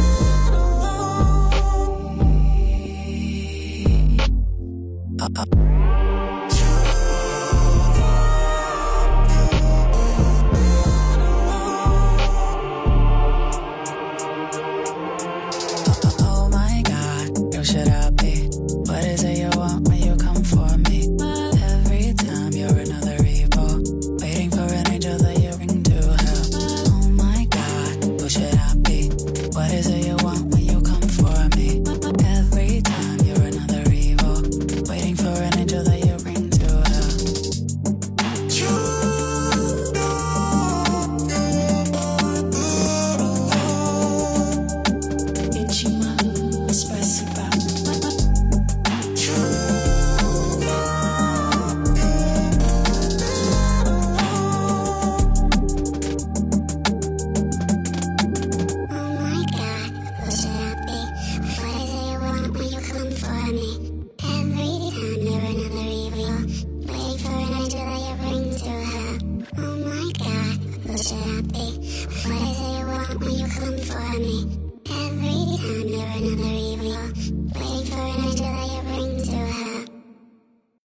up.